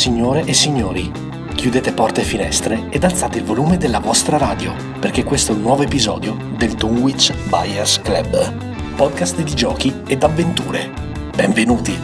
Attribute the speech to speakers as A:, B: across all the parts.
A: Signore e signori, chiudete porte e finestre ed alzate il volume della vostra radio, perché questo è un nuovo episodio del Dunwich Buyers Club, podcast di giochi ed avventure. Benvenuti!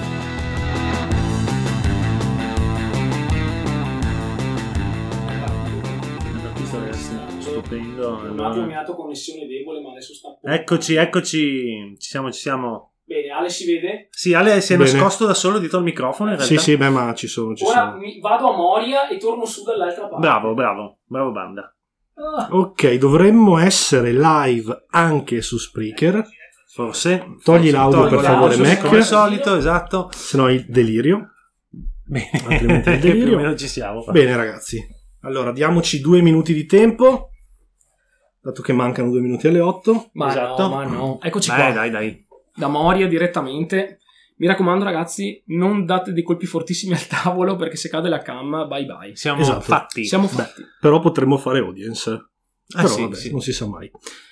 B: Stupendo.
C: Un attimo mi ha dato connessione debole, ma adesso sta.
B: Eccoci, ci siamo.
C: Bene, Ale si vede?
B: Sì, Ale si è
D: Bene.
B: nascosto da solo dietro il microfono in realtà.
D: Sì, beh, ma ci sono.
C: Ora vado a Moria e torno su dall'altra parte.
B: Bravo banda.
D: Ok, dovremmo essere live anche su Spreaker.
B: Forse.
D: Togli l'audio per favore,
B: l'audio,
D: Mac.
B: come al solito, esatto.
D: Se no il delirio.
B: Bene.
D: Altrimenti il
B: Più o
D: delirio.
B: meno ci siamo.
D: Bene ragazzi, allora diamoci 2 minuti di tempo, dato che mancano 2 minuti alle 8.
C: Ma
B: Esatto.
C: no. Eccoci qua.
B: Dai.
C: Da Moria direttamente. Mi raccomando ragazzi, non date dei colpi fortissimi al tavolo, perché se cade la cam, bye bye.
B: Siamo
D: Esatto.
B: fatti.
C: Siamo fatti.
D: Però potremmo fare audience. Però
B: sì,
D: vabbè,
B: sì.
D: non si sa mai.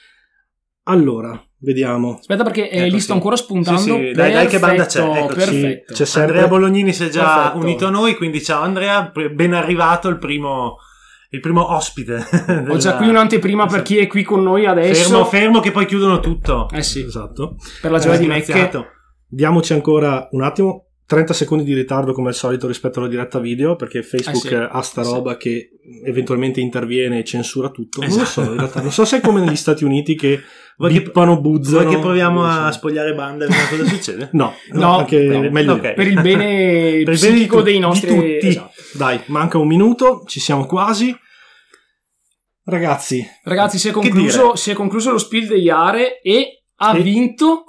D: Allora, vediamo.
C: Aspetta perché
B: Ecco,
C: lì
B: sì.
C: sto ancora spuntando.
B: Sì, dai, che banda c'è? Eccoci.
C: Perfetto.
D: C'è sempre
B: Andrea Bolognini si è già
C: Perfetto.
B: unito a noi, quindi ciao Andrea, ben arrivato il primo ospite.
C: Ho già qui un'anteprima per chi è qui con noi adesso.
B: Fermo che poi chiudono tutto.
C: Sì,
D: Esatto.
C: per la gioia di Mac.
B: Disgraziato.
D: Diamoci ancora un attimo, 30 secondi di ritardo come al solito rispetto alla diretta video, perché Facebook
C: sì.
D: ha sta
C: Sì.
D: roba che eventualmente interviene e censura tutto. Non lo
B: Esatto.
D: so, in realtà. Non so se è come negli Stati Uniti che
B: Vuoi che-
D: bippano, buzzano.
B: Vuoi che proviamo
D: Non lo so.
B: a spogliare banda e vedere cosa succede?
D: No,
C: No,
D: anche
B: bene,
D: meglio.
B: ok.
C: Per il bene
B: Per il bene di
C: psichico
B: tutti,
C: dei nostri
B: di tutti.
C: Esatto.
D: Dai, manca un minuto, ci siamo quasi. Ragazzi,
C: Ragazzi, si è
B: dire?
C: concluso lo Spiel degli Jahre e ha
D: E
C: vinto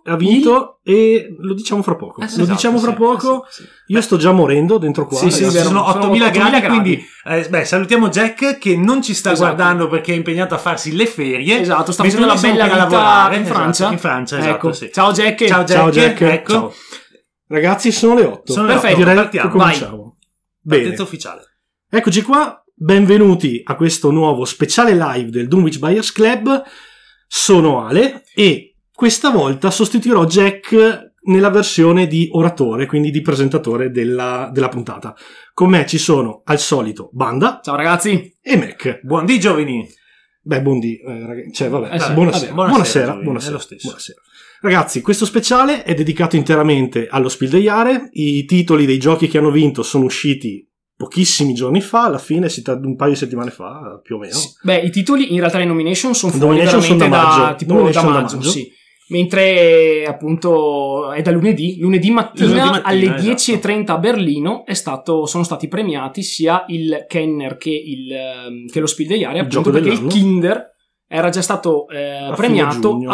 D: e lo diciamo fra poco.
C: Sì,
D: Lo
B: esatto,
D: diciamo fra
B: sì,
D: Io
C: Sì.
D: sto già morendo dentro qua.
C: Sì, sì,
D: ragazzi.
C: vero.
B: Sono 8000 gradi,
C: 8000
B: quindi salutiamo Jack che non ci sta
C: Esatto.
B: guardando perché è impegnato a farsi le ferie.
C: Esatto, sta
B: mentre
C: facendo
B: noi
C: la
B: siamo
C: bella
B: qui a
C: vita
B: lavorare.
C: in
B: Esatto,
C: Francia.
B: in Francia, esatto,
C: Ecco.
B: sì.
C: Ciao Jack.
B: Ciao
D: Ciao Jack.
B: ecco.
D: Ciao. Ragazzi, sono le 8.
B: Sono le
C: Perfetto,
D: Direi
B: partiamo.
D: che cominciamo. Bene.
B: Partenza ufficiale.
D: Eccoci qua, benvenuti a questo nuovo speciale live del Dunwich Buyers Club. Sono Ale e questa volta sostituirò Jack nella versione di oratore, quindi di presentatore della puntata. Con me ci sono al solito Banda
C: Ciao ragazzi.
D: e Mac.
B: Buondì giovani.
D: Beh, buondì, ragazzi, cioè vabbè,
C: sì,
D: buonasera,
B: vabbè,
D: buonasera,
B: Giovanni,
D: buonasera,
B: è lo stesso.
D: buonasera. Ragazzi, questo speciale è dedicato interamente allo Spiel degli Jahre. I titoli dei giochi che hanno vinto sono usciti pochissimi giorni fa, alla fine si tratta di un paio di settimane fa, più o meno.
C: Beh, i titoli in realtà le nomination sono fuori
D: Nomination
C: veramente
D: sono da maggio.
C: tipo
D: Nomination
C: da
D: da
C: maggio,
D: maggio.
C: sì. Mentre appunto è da lunedì mattina,
B: Lunedì mattina,
C: alle
B: esatto.
C: 10:30 a Berlino sono stati premiati sia il Kenner che lo Spiel degli Jahre,
D: Il
C: appunto
D: gioco
C: perché il
D: dell'anno.
C: Kinder era già stato premiato
D: giugno.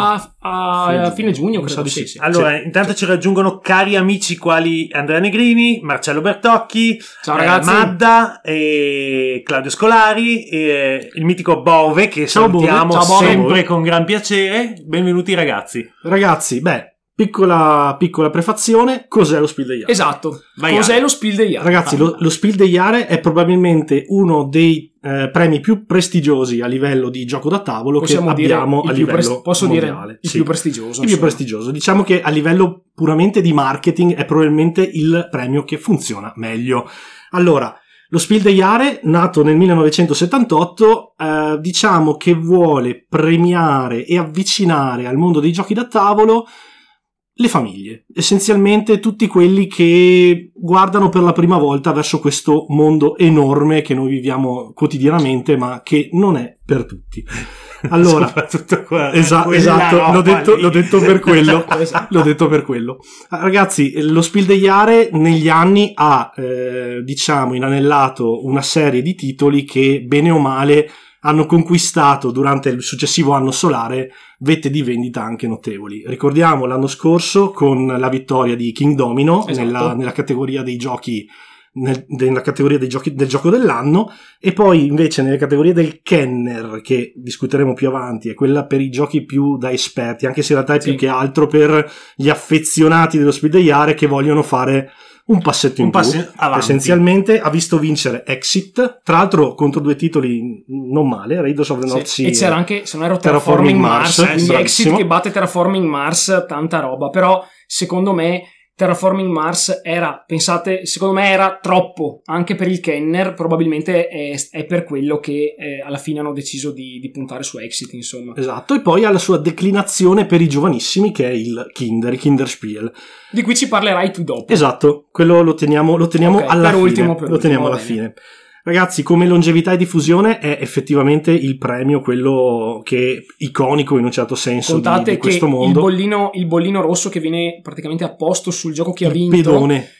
C: a fine giugno,
D: Mi
C: credo.
D: sa di
C: Sì,
D: sì.
B: Allora, intanto ci raggiungono cari amici quali Andrea Negrini, Marcello Bertocchi,
C: Ciao ragazzi.
B: Madda, e Claudio Scolari, e il mitico Bove che
D: Ciao, Bove.
B: salutiamo
C: Ciao, Bove.
B: sempre con gran piacere. Benvenuti ragazzi.
D: Ragazzi, piccola prefazione, cos'è lo Spiel degli Jahre?
C: Esatto.
B: Vai,
C: Cos'è
B: Ale.
C: lo Spiel degli Jahre?
D: Ragazzi, lo Spiel degli Jahre è probabilmente uno dei premi più prestigiosi a livello di gioco da tavolo
C: Possiamo
D: che
C: dire
D: abbiamo a
C: il più
D: livello
C: posso
D: mondiale.
C: dire il
D: Sì.
C: più prestigioso.
D: Il più
C: insomma.
D: prestigioso. Diciamo che a livello puramente di marketing è probabilmente il premio che funziona meglio. Allora, lo Spiel degli Jahre, nato nel 1978, diciamo che vuole premiare e avvicinare al mondo dei giochi da tavolo le famiglie, essenzialmente tutti quelli che guardano per la prima volta verso questo mondo enorme che noi viviamo quotidianamente, ma che non è per tutti. Allora,
B: soprattutto qua,
D: esatto,
B: quella
D: l'ho
B: roba
D: detto
B: lì.
D: per quello. L'ho detto per quello. Ragazzi, lo Spiel degli Jahre negli anni ha, diciamo, inanellato una serie di titoli che, bene o male, hanno conquistato durante il successivo anno solare vette di vendita anche notevoli. Ricordiamo l'anno scorso con la vittoria di King Domino,
C: Esatto.
D: nella categoria dei giochi nella categoria dei giochi del gioco dell'anno, e poi invece nelle categorie del Kenner, che discuteremo più avanti, è quella per i giochi più da esperti, anche se in realtà è più
C: Sì.
D: che altro per gli affezionati dello Spiel degli Jahre che vogliono fare un passetto in più.
B: avanti.
D: Essenzialmente ha visto vincere Exit, tra l'altro contro due titoli non male, Raiders of the North Sea
C: E c'era anche, se non ero,
D: Terraforming
C: Terraforming Mars,
D: Mars,
C: quindi
D: bravissimo.
C: Exit che batte Terraforming Mars, tanta roba, però secondo me Terraforming Mars era, pensate, secondo me era troppo anche per il Kenner, probabilmente è per quello che alla fine hanno deciso di puntare su Exit, insomma.
D: Esatto, e poi ha la sua declinazione per i giovanissimi che è il Kinderspiel.
C: Di cui ci parlerai tu dopo.
D: Esatto, quello lo teniamo
C: Okay,
D: alla
C: per
D: fine.
C: ultimo,
D: Lo teniamo alla
C: bene.
D: fine. Ragazzi, come longevità e diffusione è effettivamente il premio quello che è iconico in un certo senso
C: Contate
D: di questo
C: che
D: mondo.
C: il bollino rosso che viene praticamente apposto sul gioco che ha
D: Il
C: vinto
D: pedone.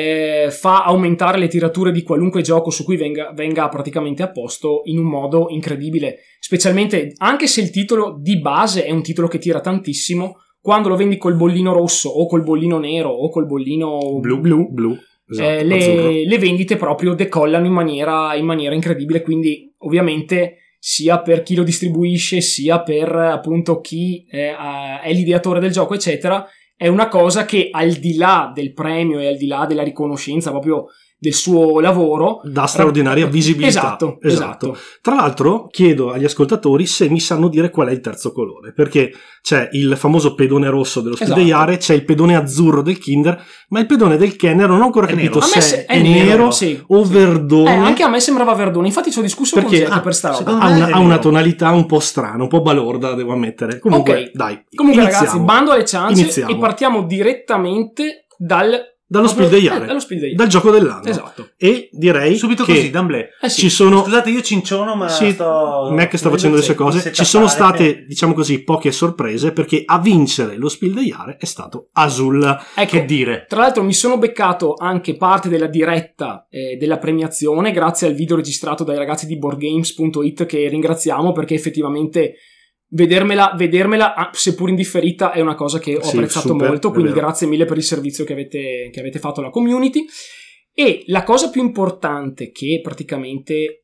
C: fa aumentare le tirature di qualunque gioco su cui venga praticamente apposto in un modo incredibile, specialmente anche se il titolo di base è un titolo che tira tantissimo, quando lo vendi col bollino rosso o col bollino nero o col bollino blu.
D: Esatto,
C: Le vendite proprio decollano in maniera incredibile, quindi ovviamente sia per chi lo distribuisce sia per appunto chi è l'ideatore del gioco eccetera, è una cosa che al di là del premio e al di là della riconoscenza proprio del suo lavoro
D: dà straordinaria visibilità.
C: Esatto.
D: Tra l'altro chiedo agli ascoltatori se mi sanno dire qual è il terzo colore, perché c'è il famoso pedone rosso dello Speed
C: Esatto.
D: Yare, c'è il pedone azzurro del Kinder, ma il pedone del Kenner non ho ancora
B: È
D: capito
B: nero.
C: A me
D: se
C: è nero, sì.
D: o verdone.
C: Anche a me sembrava verdone, infatti ci ho discusso con
D: Perché
C: Zecca per sta roba.
B: secondo
D: ha
B: me
D: una,
B: è
D: ha una
B: nero.
D: tonalità un po' strana, un po' balorda, devo ammettere. Comunque,
C: Ok.
D: dai.
C: Comunque
D: iniziamo.
C: ragazzi, bando alle ciance
D: Iniziamo.
C: e partiamo direttamente
D: dallo Speed Yare,
C: dallo Speed Yare.
D: dal gioco dell'anno.
C: Esatto.
D: E direi
B: Subito
D: che
B: così, d'amblè.
C: Sì.
D: ci sono
B: Scusate, io cinciono, ma
D: Sì, Mac sta facendo le sue cose. Ci sono state, diciamo così, poche sorprese, perché a vincere lo Spiel des Jahres è stato Azul.
C: Ecco,
B: Che dire?
C: tra l'altro mi sono beccato anche parte della diretta della premiazione grazie al video registrato dai ragazzi di boardgames.it, che ringraziamo perché effettivamente vedermela seppur indifferita è una cosa che ho
D: Sì,
C: apprezzato
D: super,
C: molto, quindi
D: davvero.
C: grazie mille per il servizio che avete fatto alla community. E la cosa più importante che praticamente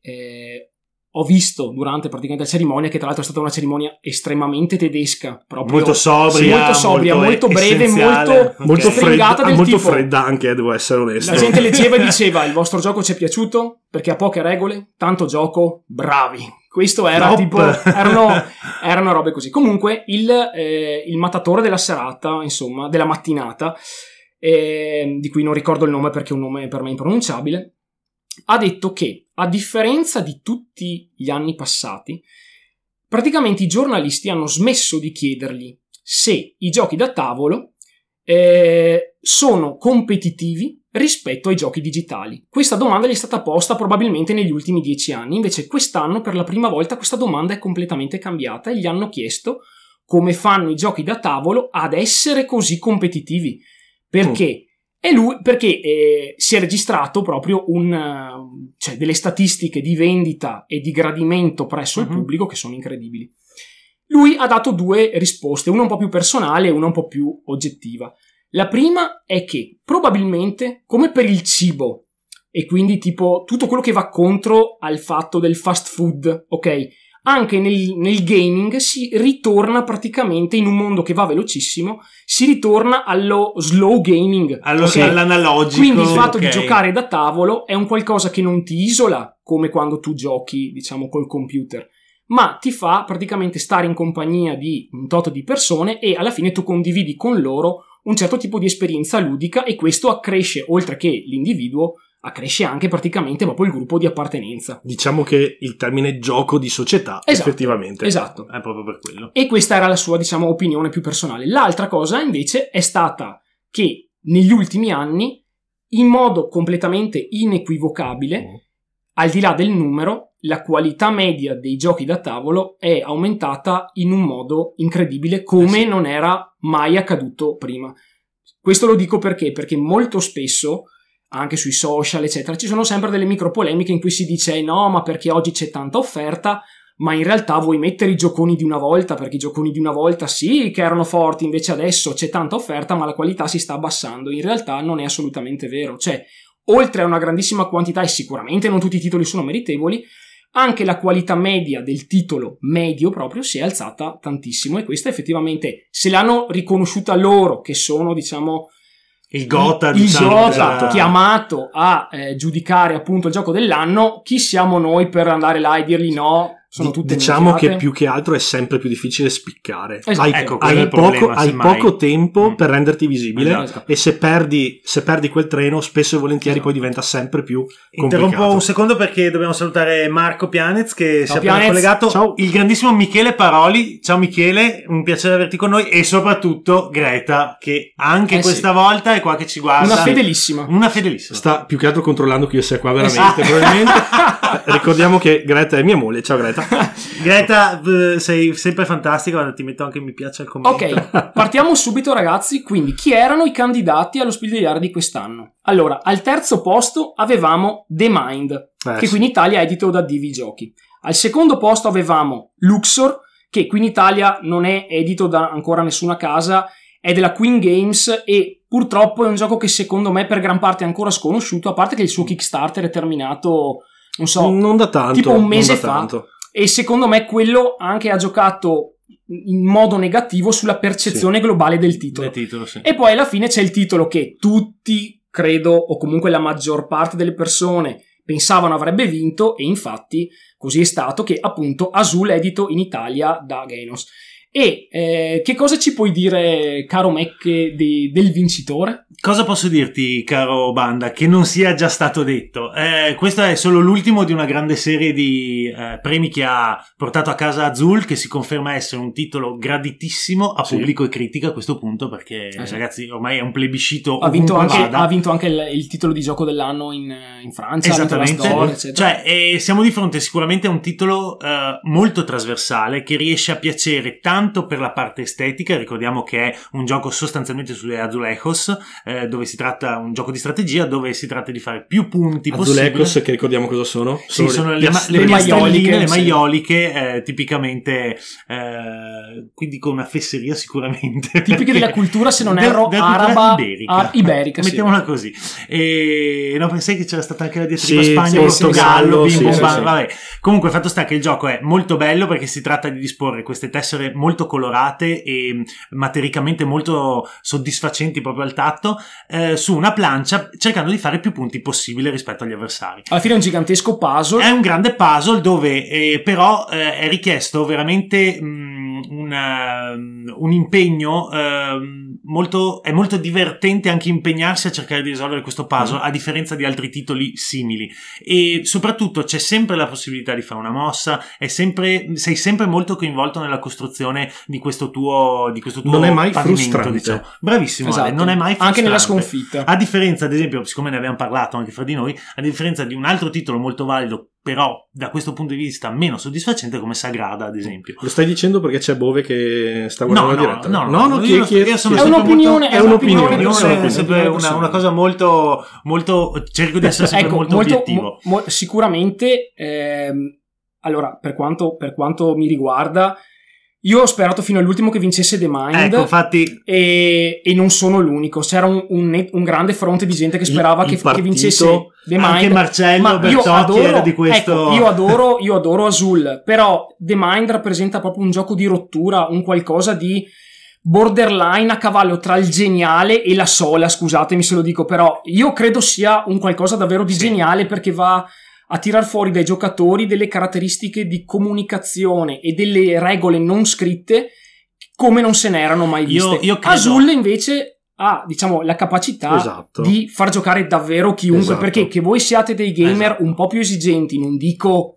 C: ho visto durante praticamente la cerimonia, che tra l'altro è stata una cerimonia estremamente tedesca, proprio
B: Molto sobria,
C: molto breve,
B: essenziale.
D: Molto
C: stringata
D: fredda,
C: del
D: molto
C: tipo,
D: fredda anche, devo essere onesto.
C: la gente leggeva e diceva: il vostro gioco ci è piaciuto perché ha poche regole, tanto gioco, bravi. Questo era
B: Flop.
C: tipo, erano robe così. Comunque il mattatore della serata, insomma, della mattinata, di cui non ricordo il nome perché è un nome per me impronunciabile, ha detto che, a differenza di tutti gli anni passati, praticamente i giornalisti hanno smesso di chiedergli se i giochi da tavolo sono competitivi rispetto ai giochi digitali. Questa domanda gli è stata posta probabilmente negli ultimi 10 anni, invece quest'anno per la prima volta questa domanda è completamente cambiata e gli hanno chiesto come fanno i giochi da tavolo ad essere così competitivi. Perché? Perché si è registrato proprio cioè delle statistiche di vendita e di gradimento presso il pubblico che sono incredibili. Lui ha dato due risposte, una un po' più personale e una un po' più oggettiva. La prima è che probabilmente, come per il cibo, e quindi tipo tutto quello che va contro al fatto del fast food, ok? Anche nel gaming si ritorna praticamente in un mondo che va velocissimo, si ritorna allo slow gaming,
B: all'analogico.
C: Quindi il fatto di
B: ok.
C: giocare da tavolo è un qualcosa che non ti isola come quando tu giochi, diciamo, col computer, ma ti fa praticamente stare in compagnia di un tot di persone e alla fine tu condividi con loro un certo tipo di esperienza ludica e questo accresce, oltre che l'individuo, accresce anche praticamente proprio il gruppo di appartenenza.
D: Diciamo che il termine gioco di società,
C: Esatto,
D: effettivamente.
C: Esatto.
B: È proprio per quello.
C: E questa era la sua, diciamo, opinione più personale. L'altra cosa invece è stata che negli ultimi anni, in modo completamente inequivocabile, al di là del numero, la qualità media dei giochi da tavolo è aumentata in un modo incredibile, come non era mai accaduto prima. Questo lo dico perché molto spesso, anche sui social eccetera, ci sono sempre delle micro polemiche in cui si dice no, ma perché oggi c'è tanta offerta, ma in realtà vuoi mettere i gioconi di una volta, perché i gioconi di una volta sì che erano forti, invece adesso c'è tanta offerta ma la qualità si sta abbassando. In realtà non è assolutamente vero, cioè oltre a una grandissima quantità, e sicuramente non tutti i titoli sono meritevoli, anche la qualità media del titolo medio proprio si è alzata tantissimo, e questa effettivamente, se l'hanno riconosciuta loro che sono, diciamo,
B: Il Gotha,
C: il
B: diciamo,
C: Gotha chiamato a giudicare appunto il gioco dell'anno, chi siamo noi per andare là e dirgli no, sono tutte
D: diciamo
C: minchiate.
D: che più che altro è sempre più difficile spiccare.
C: Esatto.
D: Hai,
B: Ecco, quello è il
D: poco,
B: problema,
D: hai
B: semmai.
D: poco tempo per renderti visibile,
C: Esatto.
D: e se perdi quel treno spesso e volentieri
C: Esatto.
D: poi diventa sempre più
B: Interrompo
D: complicato.
B: un secondo perché dobbiamo salutare Marco Pianez che si è appena
C: Pianez.
B: collegato.
D: Ciao.
B: Il grandissimo Michele Paroli. Ciao Michele, un piacere averti con noi, e soprattutto Greta che anche questa volta è qua che ci guarda.
C: Una fedelissima.
B: Una fedelissima.
D: Sta più che altro controllando chi io sia qua veramente, probabilmente. Ricordiamo che Greta è mia moglie. Ciao Greta.
B: Greta, sei sempre fantastica, guarda, ti metto anche mi piace al commento.
C: Ok, partiamo subito ragazzi. Quindi chi erano i candidati allo Spiel degli Jahre di quest'anno? Allora, al terzo posto avevamo The Mind, che
D: sì.
C: qui in Italia è edito da Divi Giochi. Al secondo posto avevamo Luxor, che qui in Italia non è edito da ancora nessuna casa, è della Queen Games e purtroppo è un gioco che secondo me per gran parte è ancora sconosciuto, a parte che il suo Kickstarter è terminato, non so,
D: Non da tanto.
C: tipo un mese
D: non da
C: fa.
D: tanto.
C: E secondo me quello anche ha giocato in modo negativo sulla percezione globale del titolo.
B: Il titolo, sì.
C: E poi alla fine c'è il titolo che tutti, credo, o comunque la maggior parte delle persone pensavano avrebbe vinto, e infatti così è stato, che appunto Azul è edito in Italia da Genos. E che cosa ci puoi dire, caro Mac, del vincitore?
B: Cosa posso dirti, caro Banda, che non sia già stato detto? Questo è solo l'ultimo di una grande serie di premi che ha portato a casa Azul, che si conferma essere un titolo graditissimo a
D: Sì.
B: pubblico e critica a questo punto, perché
C: sì.
B: ragazzi ormai è un plebiscito
C: Ha vinto
B: ovunque vada.
C: ha vinto anche il titolo di gioco dell'anno in Francia, ha vinto la
B: Esattamente,
C: storia, eccetera.
B: cioè siamo di fronte sicuramente a un titolo molto trasversale che riesce a piacere tanto per la parte estetica. Ricordiamo che è un gioco sostanzialmente sulle azulejos, dove si tratta un gioco di strategia dove si tratta di fare più punti possibili.
D: Azulejos, che ricordiamo cosa sono?
B: Sì, sono le
C: piastrelline,
B: piastrelline, le
C: sì.
B: maioliche, tipicamente, quindi con una fesseria sicuramente.
C: Tipiche della cultura, se non erro,
B: della cultura
C: araba,
B: iberica.
C: iberica, sì.
B: Mettiamola così. E no, pensai che c'era stata anche la diatriba
D: Sì,
B: Spagna,
D: sì,
B: Portogallo,
D: sì,
B: bim, bum,
D: sì,
B: bam,
D: sì.
B: vabbè. Comunque, fatto sta che il gioco è molto bello perché si tratta di disporre queste tessere molto colorate e matericamente molto soddisfacenti proprio al tatto, su una plancia, cercando di fare più punti possibile rispetto agli avversari.
C: Alla fine è un gigantesco puzzle.
B: È un grande puzzle dove però è richiesto veramente un impegno molto, è molto divertente anche impegnarsi a cercare di risolvere questo puzzle, a differenza di altri titoli simili, e soprattutto c'è sempre la possibilità di fare una mossa, sei sempre molto coinvolto nella costruzione di questo tuo
D: Non è mai
B: pavimento,
D: frustrante.
B: diciamo. Bravissimo,
C: Esatto.
B: Ale, non è mai frustrante.
C: Anche nella sconfitta.
B: A differenza, ad esempio, siccome ne abbiamo parlato anche fra di noi, a differenza di un altro titolo molto valido, però da questo punto di vista meno soddisfacente, come Sagrada, ad esempio.
D: Lo stai dicendo perché c'è Bove che sta guardando la diretta?
B: Io sono
C: È
B: sempre
C: un'opinione,
B: molto-
C: è un'opinione
B: è sempre
C: personale.
B: una cosa molto, molto, cerco di essere sempre
C: Ecco,
B: molto obiettivo.
C: sicuramente, allora, per quanto mi riguarda, io ho sperato fino all'ultimo che vincesse The Mind.
B: Ecco, infatti,
C: E non sono l'unico, c'era un grande fronte di gente che sperava
D: Il
C: che
D: partito,
C: vincesse The Mind.
B: anche Marcello
C: Ma io
B: Bertocchi era di questo.
C: Ecco, io adoro Azul, però The Mind rappresenta proprio un gioco di rottura, un qualcosa di borderline a cavallo tra il geniale e la sola, scusatemi se lo dico, però io credo sia un qualcosa davvero di geniale, perché va a tirar fuori dai giocatori delle caratteristiche di comunicazione e delle regole non scritte come non se n'erano mai viste.
B: Io credo-
C: Azul invece ha, diciamo, la capacità
D: Esatto.
C: di far giocare davvero chiunque,
D: Esatto.
C: perché che voi siate dei gamer
B: Esatto.
C: un po' più esigenti, non dico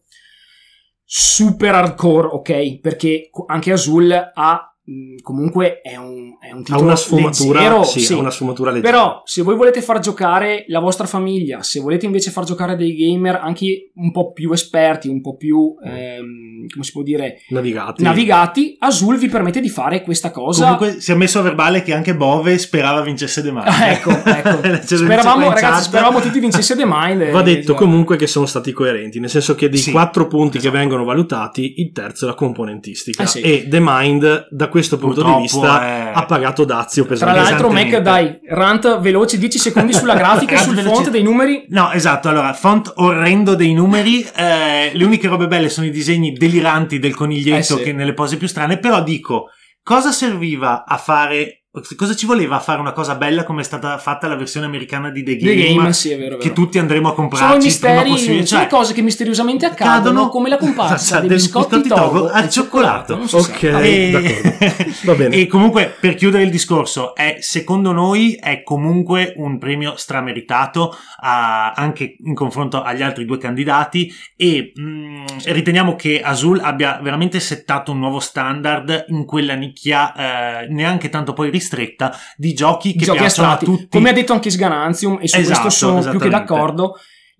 C: super hardcore, ok? Perché anche Azul ha comunque è un
D: Ha
C: titolo
D: una sfumatura,
C: leggero,
D: sì, ha una sfumatura leggera.
C: però se voi volete far giocare la vostra famiglia, se volete invece far giocare dei gamer anche un po' più esperti, un po' più come si può dire, navigati, Azul vi permette di fare questa cosa.
B: comunque si è messo a verbale che anche Bove sperava vincesse The Mind.
C: ecco. Speravamo tutti vincesse The Mind.
D: Va detto comunque che sono stati coerenti, nel senso che dei 4 punti
B: esatto.
D: che vengono valutati, il terzo è la componentistica,
C: sì.
D: e The Mind da questo punto
B: Purtroppo
D: di vista ha pagato dazio
C: Tra
D: pesante.
C: l'altro, Mac,
B: Esattamente.
C: dai, rant veloce, 10 secondi sulla grafica e sul
B: Veloce.
C: font dei numeri.
B: No, esatto, allora, font orrendo dei numeri, le uniche robe belle sono i disegni deliranti del coniglietto
C: Sì.
B: che nelle pose più strane, però dico, cosa serviva a fare cosa ci voleva fare una cosa bella come è stata fatta la versione americana di The
C: The
B: Game,
C: Game, sì, è vero.
B: che tutti andremo a
C: sono i
B: comprarci
C: misteri, sono le cose che misteriosamente accadono, come la comparsa dei biscotti Togo
B: al cioccolato.
C: Non si
D: Ok,
C: sa.
D: d'accordo. Va bene.
B: E comunque, per chiudere il discorso, secondo noi è comunque un premio strameritato anche in confronto agli altri due candidati, e riteniamo che Azul abbia veramente settato un nuovo standard in quella nicchia neanche tanto poi ristretta di giochi che piacciono
C: astratti.
B: a tutti.
C: Come ha detto anche Sgananzium, e su questo sono più che d'accordo,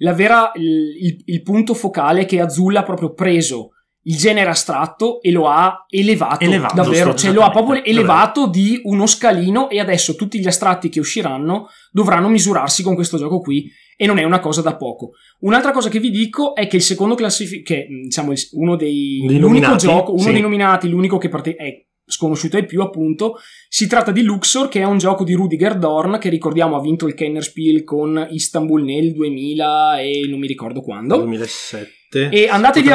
C: il punto focale è che Azul ha proprio preso il genere astratto e lo ha elevato davvero, cioè lo ha proprio elevato di uno scalino, e adesso tutti gli astratti che usciranno dovranno misurarsi con questo gioco qui, e non è una cosa da poco. Un'altra cosa che vi dico è che il secondo diciamo uno dei nominati, l'unico che è sconosciuto ai più, appunto, si tratta di Luxor, che è un gioco di Rudiger Dorn, che ricordiamo ha vinto il Kennerspiel con Istanbul nel 2000 e non mi ricordo quando,
D: 2007.
C: e andatevi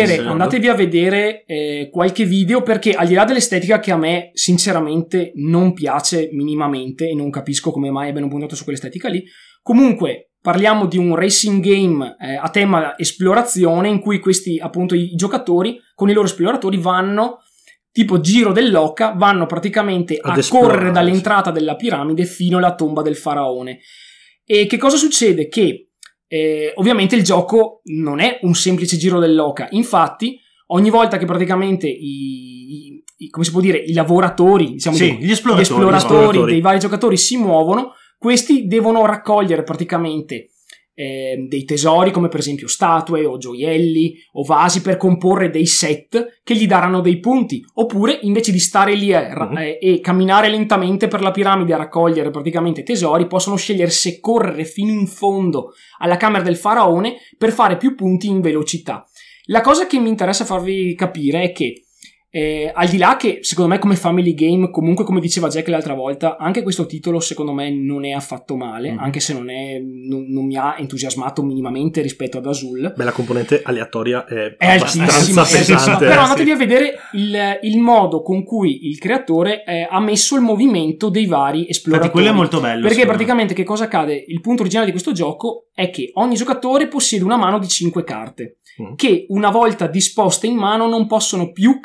C: a vedere qualche video, perché al di là dell'estetica che a me sinceramente non piace minimamente e non capisco come mai abbiano puntato su quell'estetica lì, comunque parliamo di un racing game a tema esplorazione, in cui questi, appunto, i giocatori con i loro esploratori vanno tipo giro dell'oca, vanno praticamente a correre dall'entrata della piramide fino alla tomba del faraone. E che cosa succede? Che ovviamente il gioco non è un semplice giro dell'oca, infatti ogni volta che praticamente come si può dire, i lavoratori, diciamo,
B: gli esploratori
C: dei vari giocatori si muovono, questi devono raccogliere praticamente dei tesori, come per esempio statue o gioielli o vasi, per comporre dei set che gli daranno dei punti, oppure invece di stare lì e camminare lentamente per la piramide a raccogliere praticamente tesori, possono scegliere se correre fino in fondo alla camera del faraone per fare più punti in velocità. La cosa che mi interessa farvi capire è che al di là che secondo me come family game, comunque, come diceva Jack l'altra volta, anche questo titolo secondo me non è affatto male, anche se non mi ha entusiasmato minimamente rispetto ad Azul.
D: Beh, la componente aleatoria è
C: altissima,
D: pesante.
C: però andatevi a vedere il modo con cui il creatore ha messo il movimento dei vari esploratori.
B: Quello è molto bello,
C: perché praticamente che cosa accade? Il punto originale di questo gioco è che ogni giocatore possiede una mano di 5 carte che, una volta disposte in mano, non possono più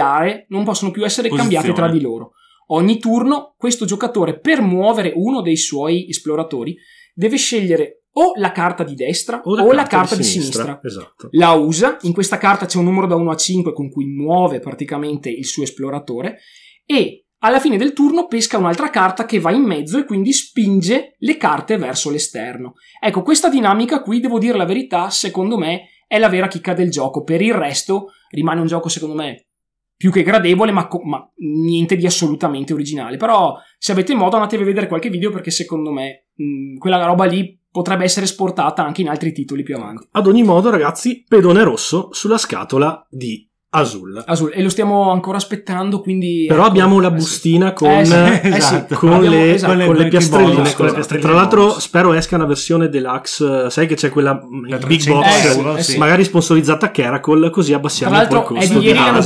C: essere cambiate tra di loro. Ogni turno questo giocatore, per muovere uno dei suoi esploratori, deve scegliere o la carta di destra o la carta di sinistra.
D: Esatto.
C: La usa, in questa carta c'è un numero da 1 a 5 con cui muove praticamente il suo esploratore, e alla fine del turno pesca un'altra carta che va in mezzo e quindi spinge le carte verso l'esterno. Ecco, questa dinamica qui, devo dire la verità, secondo me è la vera chicca del gioco. Per il resto rimane un gioco secondo me più che gradevole, ma niente di assolutamente originale. Però se avete modo andatevi a vedere qualche video, perché secondo me quella roba lì potrebbe essere esportata anche in altri titoli più avanti.
D: Ad ogni modo, ragazzi, pedone rosso sulla scatola di Azul,
C: e lo stiamo ancora aspettando, quindi
D: però abbiamo la bustina con le piastrelline. Tra l'altro spero esca una versione deluxe, sai che c'è quella big box, magari sponsorizzata Caracol, così abbassiamo un po' il costo.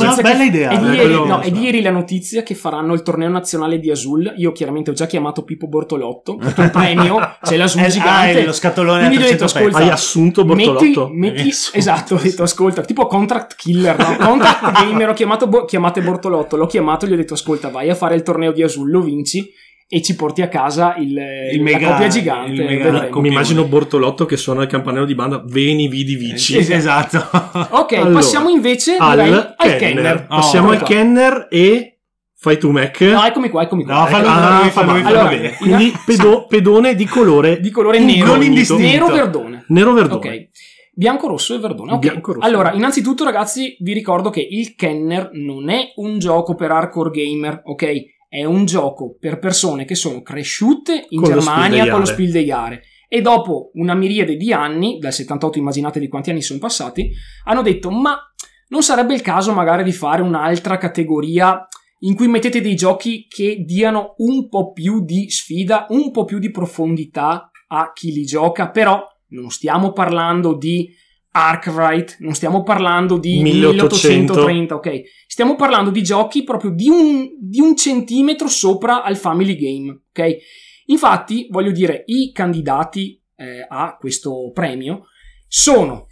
C: È di ieri la notizia che faranno il torneo nazionale di Azul. Io chiaramente ho già chiamato Pippo Bortolotto, perché il premio c'è l'Azul gigante,
B: lo scatolone,
C: quindi ho detto, ascolta,
D: hai assunto Bortolotto?
C: Esatto, ho detto, ascolta, tipo contract killer, no? Gamer, chiamate Bortolotto, l'ho chiamato e gli ho detto, ascolta, vai a fare il torneo di Azul, lo vinci e ci porti a casa la coppia gigante.
D: Mi immagino Bortolotto che suona il campanello di banda, veni vidi vici.
B: Esatto.
C: Ok, allora, passiamo invece al Kenner.
D: Passiamo al Kenner e fai tu, Mac.
C: No, eccomi qua.
B: No, fallo bene.
D: Quindi pedone di colore
C: nero,
D: nero-verdone.
C: Ok. Bianco, rosso e verdone. Okay. Allora, innanzitutto, ragazzi, vi ricordo che il Kenner non è un gioco per hardcore gamer, ok? È un gioco per persone che sono cresciute in Germania con lo Spiel des Jahres, e dopo una miriade di anni, dal 78 immaginate di quanti anni sono passati, hanno detto, ma non sarebbe il caso magari di fare un'altra categoria in cui mettete dei giochi che diano un po' più di sfida, un po' più di profondità a chi li gioca, però non stiamo parlando di Arkwright, non stiamo parlando di 1830, ok? Stiamo parlando di giochi proprio di un centimetro sopra al Family Game, ok? Infatti, voglio dire, i candidati a questo premio sono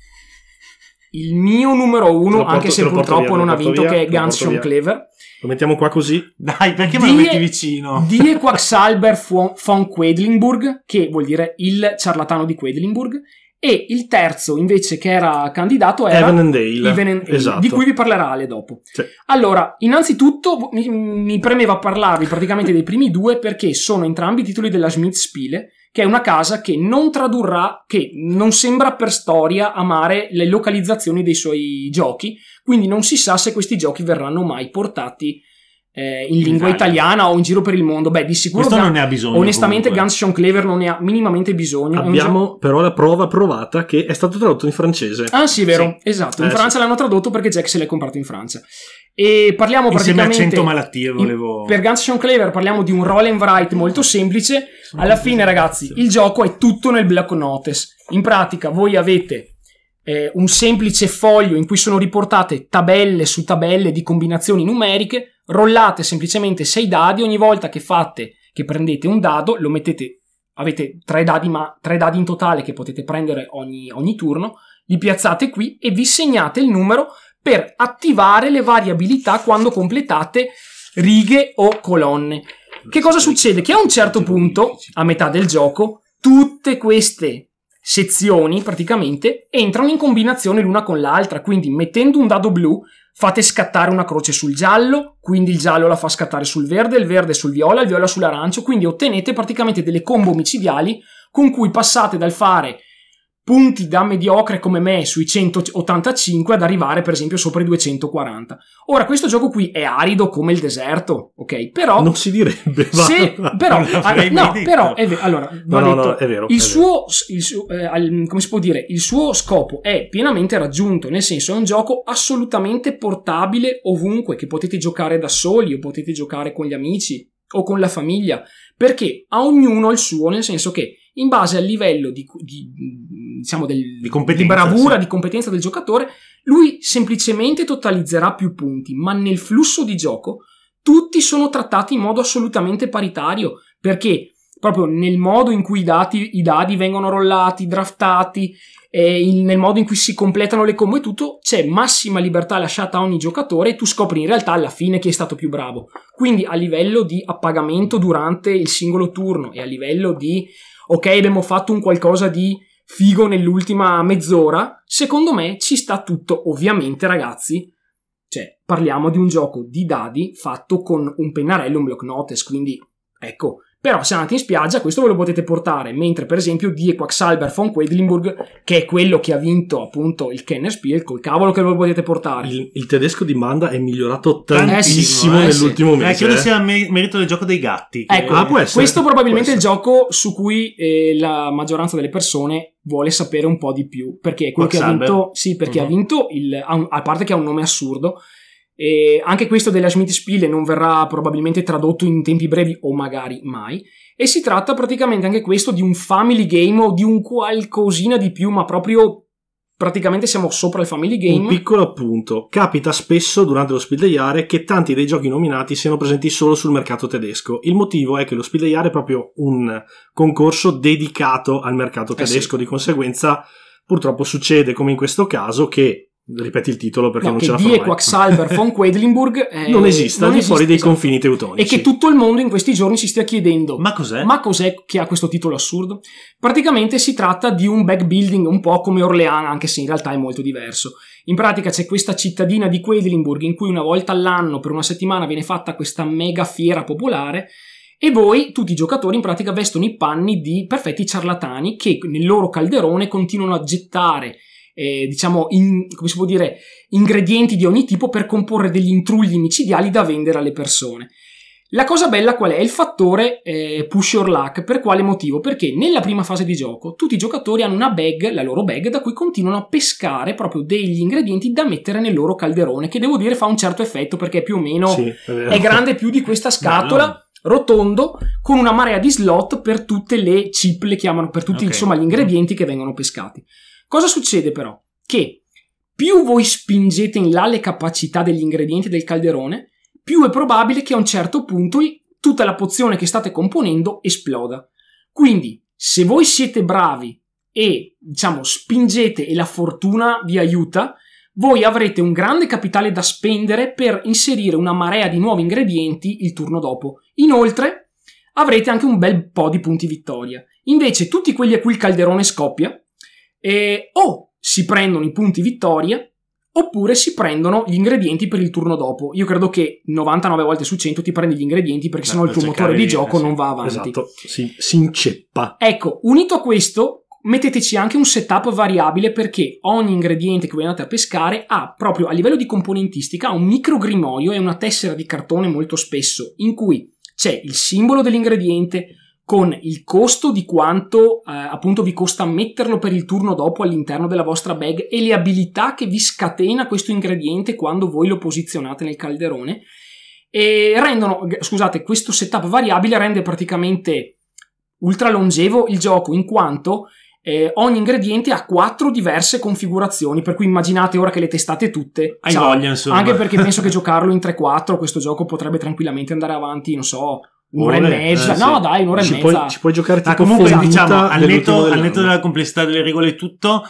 C: il mio numero uno, anche se purtroppo non ha vinto, che è Gunshot Clever.
D: Lo mettiamo qua così.
B: Dai, perché me lo metti vicino?
C: Die Quacksalber von Quedlinburg, che vuol dire il ciarlatano di Quedlinburg. E il terzo invece che era candidato era
D: Evanendale, esatto.
C: Di cui vi parlerà Ale dopo.
D: Sì.
C: Allora, innanzitutto mi premeva parlarvi praticamente dei primi due, perché sono entrambi titoli della Schmidt-Spiele, che è una casa che non tradurrà, che non sembra per storia amare le localizzazioni dei suoi giochi, quindi non si sa se questi giochi verranno mai portati in lingua italiana o in giro per il mondo. Beh, di sicuro
B: questo non ne ha bisogno.
C: Onestamente Gunshot Clever non ne ha minimamente bisogno.
D: Abbiamo però la prova provata che è stato tradotto in francese.
C: Ah sì, è vero, sì. Esatto, in Francia l'hanno tradotto perché Jack se l'è comprato in Francia. E parliamo praticamente
B: insieme a 100 malattie volevo...
C: Per Gunshot Clever parliamo di un roll and write molto semplice. Alla fine, ragazzi, il gioco è tutto nel block notice. In pratica voi avete un semplice foglio in cui sono riportate tabelle su tabelle di combinazioni numeriche. Rollate semplicemente 6 dadi. Ogni volta che prendete un dado, lo mettete, avete 3 dadi in totale che potete prendere ogni turno, li piazzate qui e vi segnate il numero per attivare le varie abilità quando completate righe o colonne. Che cosa succede? Che a un certo punto, a metà del gioco, tutte queste sezioni praticamente entrano in combinazione l'una con l'altra, quindi mettendo un dado blu fate scattare una croce sul giallo, quindi il giallo la fa scattare sul verde, il verde sul viola, il viola sull'arancio, quindi ottenete praticamente delle combo micidiali con cui passate dal fare punti da mediocre come me sui 185 ad arrivare per esempio sopra i 240. Ora questo gioco qui è arido come il deserto, ok? Però
D: non si direbbe,
C: però è vero. Allora,
D: no, è vero.
C: Come si può dire? Il suo scopo è pienamente raggiunto, nel senso è un gioco assolutamente portabile ovunque, che potete giocare da soli o potete giocare con gli amici o con la famiglia, perché a ognuno il suo, nel senso che in base al livello di bravura,
B: sì,
C: di competenza del giocatore, lui semplicemente totalizzerà più punti, ma nel flusso di gioco tutti sono trattati in modo assolutamente paritario, perché proprio nel modo in cui i dadi vengono rollati, draftati, nel modo in cui si completano le combo e tutto, c'è massima libertà lasciata a ogni giocatore e tu scopri in realtà alla fine chi è stato più bravo. Quindi a livello di appagamento durante il singolo turno e a livello di ok, abbiamo fatto un qualcosa di figo nell'ultima mezz'ora, secondo me ci sta tutto. Ovviamente, ragazzi, parliamo di un gioco di dadi fatto con un pennarello, un block notice, quindi ecco. Però se andate in spiaggia questo ve lo potete portare, mentre per esempio Die Quacksalber von Quedlinburg, che è quello che ha vinto appunto il Kennerspiel, col cavolo che ve lo potete portare.
D: Il tedesco di Manda è migliorato tantissimo nell'ultimo mese.
B: Credo sia merito del gioco dei gatti.
C: Ecco, può essere, questo probabilmente è il gioco su cui la maggioranza delle persone vuole sapere un po' di più, perché è quello che ha vinto, sì, perché ha vinto a parte che ha un nome assurdo. E anche questo della Schmidt-Spiele non verrà probabilmente tradotto in tempi brevi o magari mai, e si tratta praticamente anche questo di un family game o di un qualcosina di più, ma proprio praticamente siamo sopra il family game.
D: Un piccolo appunto: capita spesso durante lo Spiel des Jahres che tanti dei giochi nominati siano presenti solo sul mercato tedesco. Il motivo è che lo Spiel des Jahres è proprio un concorso dedicato al mercato tedesco, sì. Di conseguenza purtroppo succede, come in questo caso, che ripeti il titolo perché non ce la fa mai.
C: Die Quacksalber von Quedlinburg
D: non esiste al di fuori dei confini teutonici.
C: E che tutto il mondo in questi giorni si stia chiedendo:
B: ma cos'è?
C: Ma cos'è che ha questo titolo assurdo? Praticamente si tratta di un backbuilding un po' come Orléans, anche se in realtà è molto diverso. In pratica c'è questa cittadina di Quedlinburg in cui una volta all'anno per una settimana viene fatta questa mega fiera popolare, e voi, tutti i giocatori, in pratica vestono i panni di perfetti ciarlatani che nel loro calderone continuano a gettare come si può dire, ingredienti di ogni tipo per comporre degli intrugli micidiali da vendere alle persone. La cosa bella qual è? Il fattore push your luck. Per quale motivo? Perché nella prima fase di gioco tutti i giocatori hanno una bag, la loro bag, da cui continuano a pescare proprio degli ingredienti da mettere nel loro calderone, che devo dire fa un certo effetto, perché più o meno è grande più di questa scatola, rotondo, con una marea di slot per tutte le chip, le chiamano, per tutti insomma gli ingredienti che vengono pescati. Cosa succede però? che più voi spingete in là le capacità degli ingredienti del calderone, più è probabile che a un certo punto tutta la pozione che state componendo esploda. Quindi, se voi siete bravi e, diciamo, spingete e la fortuna vi aiuta, voi avrete un grande capitale da spendere per inserire una marea di nuovi ingredienti il turno dopo. Inoltre, avrete anche un bel po' di punti vittoria. Invece, tutti quelli a cui il calderone scoppia, o si prendono i punti vittoria, oppure si prendono gli ingredienti per il turno dopo. Io credo che 99 volte su 100 ti prendi gli ingredienti perché sennò il tuo motore di gioco non va avanti.
D: Esatto, si inceppa.
C: Ecco, unito a questo, metteteci anche un setup variabile, perché ogni ingrediente che voi andate a pescare ha proprio a livello di componentistica un microgrimoio e una tessera di cartone molto spesso, in cui c'è il simbolo dell'ingrediente con il costo di quanto appunto vi costa metterlo per il turno dopo all'interno della vostra bag e le abilità che vi scatena questo ingrediente quando voi lo posizionate nel calderone, e questo setup variabile rende praticamente ultra longevo il gioco, in quanto ogni ingrediente ha 4 diverse configurazioni, per cui immaginate ora che le testate tutte.
B: Hai voglia, insomma.
C: Anche perché penso che giocarlo in 3-4 questo gioco potrebbe tranquillamente andare avanti, non so, un'ora e mezza.
D: Sì.
C: Dai, un'ora e mezza.
D: Ci puoi giocare tipo
B: comunque,
D: Fonduta,
B: diciamo, al netto
D: dell'anno.
B: della complessità delle regole e tutto,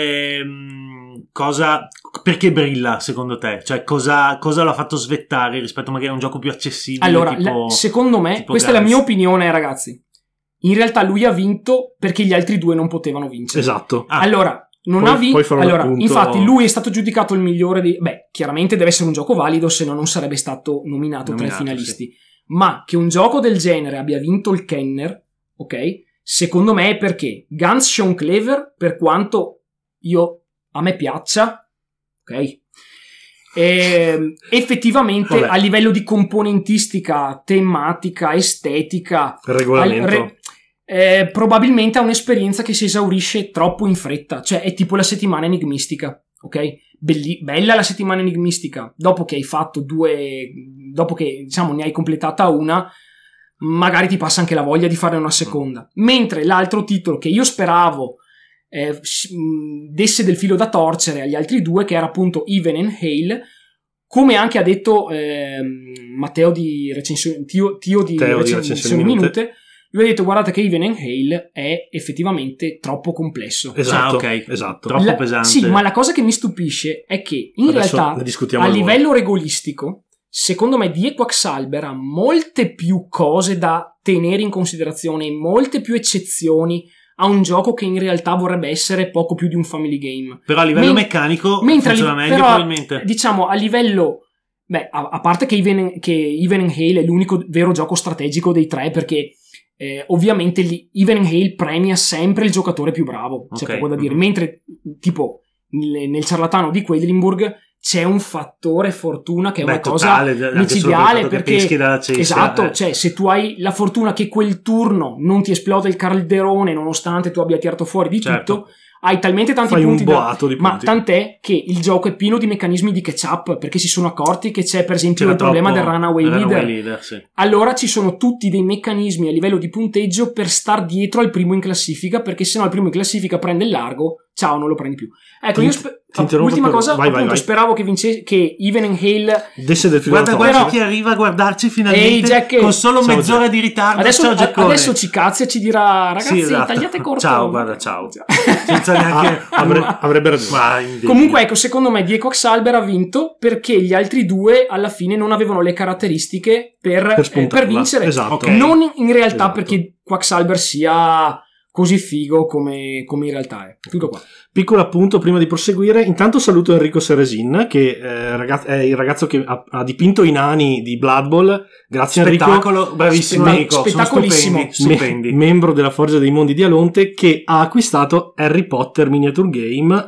B: perché brilla secondo te? Cioè, cosa l'ha fatto svettare rispetto magari a un gioco più accessibile?
C: Allora,
B: tipo,
C: secondo me, questa è la mia opinione, ragazzi. In realtà lui ha vinto perché gli altri due non potevano vincere.
D: Esatto.
C: Allora, non ha vinto. Allora,
D: appunto...
C: infatti, lui è stato giudicato il migliore di. Beh, chiaramente deve essere un gioco valido, se no non sarebbe stato nominato tra i finalisti. Sì. Ma che un gioco del genere abbia vinto il Kenner, ok? Secondo me è perché Guns Sean Clever, per quanto a me piaccia, ok? Effettivamente a livello di componentistica, tematica, estetica,
D: regolamento.
C: Probabilmente ha un'esperienza che si esaurisce troppo in fretta, cioè è tipo la settimana enigmistica, ok? Bella la settimana enigmistica, dopo che hai fatto dopo che diciamo ne hai completata una, magari ti passa anche la voglia di fare una seconda, mentre l'altro titolo che io speravo desse del filo da torcere agli altri due, che era appunto Even and Hale, come anche ha detto Matteo di Tio di Recensioni Minute, lui ha detto: guardate che Even and Hale è effettivamente troppo complesso.
D: Esatto,
B: ok,
D: esatto.
B: Troppo pesante.
C: Sì, ma la cosa che mi stupisce è che in realtà a livello regolistico, secondo me Die Quacksalber ha molte più cose da tenere in considerazione, molte più eccezioni a un gioco che in realtà vorrebbe essere poco più di un family game.
B: Però a livello meccanico funziona meglio, probabilmente.
C: Diciamo a livello... a parte che Even and Hale è l'unico vero gioco strategico dei tre, perché ovviamente Even and Hale premia sempre il giocatore più bravo, c'è poco da dire, mentre tipo nel ciarlatano di Quedlinburg c'è un fattore fortuna che è una cosa micidiale, perché
B: peschi dalla cesta,
C: esatto, cioè se tu hai la fortuna che quel turno non ti esplode il calderone nonostante tu abbia tirato fuori di tutto, hai talmente tanti punti ma tant'è che il gioco è pieno di meccanismi di catch-up, perché si sono accorti che c'è per esempio il problema del runaway leader,
B: sì.
C: Allora ci sono tutti dei meccanismi a livello di punteggio per star dietro al primo in classifica, perché se no il primo in classifica prende il largo, ciao, non lo prendi più. Ecco, ultima cosa, appunto, speravo che vincesse, che Even and Hale
D: desse del filo.
B: Guarda chi arriva a guardarci finalmente,
C: Jack,
B: con solo mezz'ora di ritardo.
C: Adesso ci cazza e ci dirà: ragazzi, tagliate corto.
B: Ciao, guarda, ciao. Senza neanche
D: avrebbe ragione.
C: Comunque, ecco, secondo me Die Quacksalber ha vinto perché gli altri due alla fine non avevano le caratteristiche per vincere.
D: Esatto.
C: Non in realtà perché Quacksalber sia così figo come in realtà è. Tutto qua.
D: Piccolo appunto prima di proseguire, intanto saluto Enrico Seresin, che è il ragazzo che ha dipinto i nani di Blood Bowl. Grazie
B: Enrico, bravissimo Enrico,
C: spettacolissimo,
B: stupendi.
D: Membro della Forgia dei Mondi di Alonte, che ha acquistato Harry Potter Miniature Game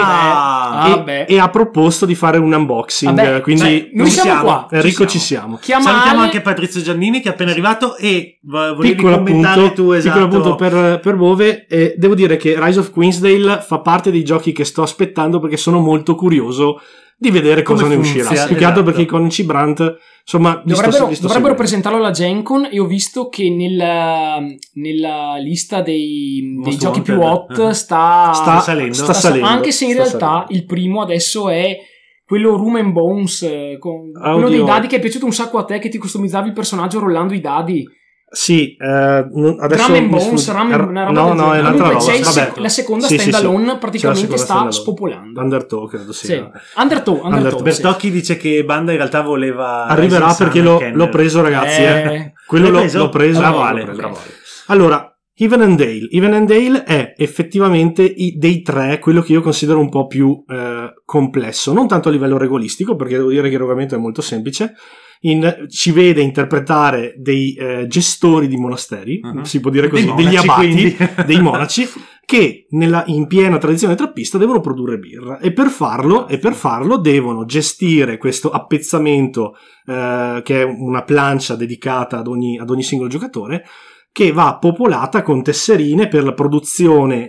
D: e ha proposto di fare un unboxing. Quindi
C: noi siamo qua,
D: Enrico, ci siamo.
B: Salutiamo anche Patrizio Giannini che è appena arrivato, e volevi commentare tu,
D: piccolo appunto per Bove, devo dire che Rise of Queensdale fa parte dei giochi che sto aspettando perché sono molto curioso di vedere cosa
B: Come
D: ne uscirà.
B: funziona,
D: Più che altro
B: esatto.
D: perché i iconici brand, insomma,
C: dovrebbero presentarlo alla Gen Con, e ho visto che nella lista dei
B: Most
C: giochi più
B: Wanted.
C: hot sta
B: salendo.
D: sta salendo,
C: anche se in
D: sta
C: realtà
D: salendo.
C: il primo adesso è quello Room and Bones, quello
D: Oddio.
C: dei dadi, che è piaciuto un sacco a te, che ti customizzavi il personaggio rollando i dadi.
D: Sì, adesso
C: Drum and Bones, una roba del
D: no,
C: genere.
D: è un'altra
C: Comunque
D: roba.
C: c'è
D: Vabbè.
C: la seconda
D: Sì, sì,
C: standalone
D: sì.
C: praticamente
D: C'è la seconda
C: sta
D: standalone.
C: spopolando.
D: Undertow credo sia.
C: Sì. Undertow, sì.
B: Bertocchi dice che Banda in realtà voleva
D: Arriverà
B: Rising
D: perché
B: Sun e
D: l'ho
B: Kenner.
D: preso, ragazzi. Quello
B: L'hai preso?
D: l'ho preso.
B: Bravo
D: l'ho
B: Ale,
D: preso.
B: bravo Ale.
D: Allora, Even and Dale è effettivamente dei tre quello che io considero un po' più complesso, non tanto a livello regolistico, perché devo dire che il regolamento è molto semplice. Ci vede interpretare dei gestori di monasteri, si può dire così,
B: Dei
D: degli
B: monaci,
D: abati,
B: quindi.
D: dei monaci, che in piena tradizione trappista devono produrre birra, e per farlo devono gestire questo appezzamento che è una plancia dedicata ad ogni singolo giocatore, che va popolata con tesserine per la produzione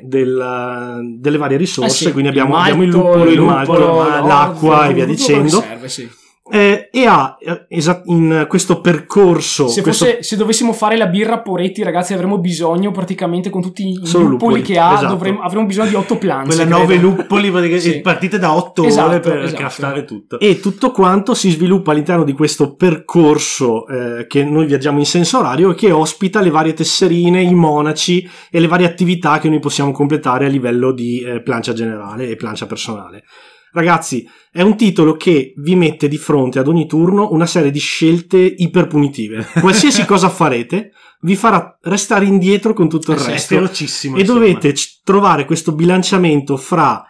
D: delle varie risorse.
C: Sì,
D: quindi abbiamo il luppolo, il malto, l'acqua e via dicendo.
C: Serve, sì.
D: E ha in questo percorso
C: Se dovessimo fare la birra Poretti, ragazzi, avremmo bisogno praticamente, con tutti i
D: Solo
C: luppoli che ha,
D: esatto.
C: avremmo bisogno di 8 planche.
B: Quella 9 luppoli, perché
C: Sì.
B: partite da 8
C: Esatto,
B: ore per
C: esatto.
B: craftare tutto.
D: e tutto quanto si sviluppa all'interno di questo percorso che noi viaggiamo in senso orario, e che ospita le varie tesserine, i monaci e le varie attività che noi possiamo completare a livello di plancia generale e plancia personale. Ragazzi, è un titolo che vi mette di fronte ad ogni turno una serie di scelte iperpunitive. Qualsiasi cosa farete vi farà restare indietro con tutto il
B: È
D: resto,
B: ferocissimo.
D: e
B: insomma.
D: dovete trovare questo bilanciamento fra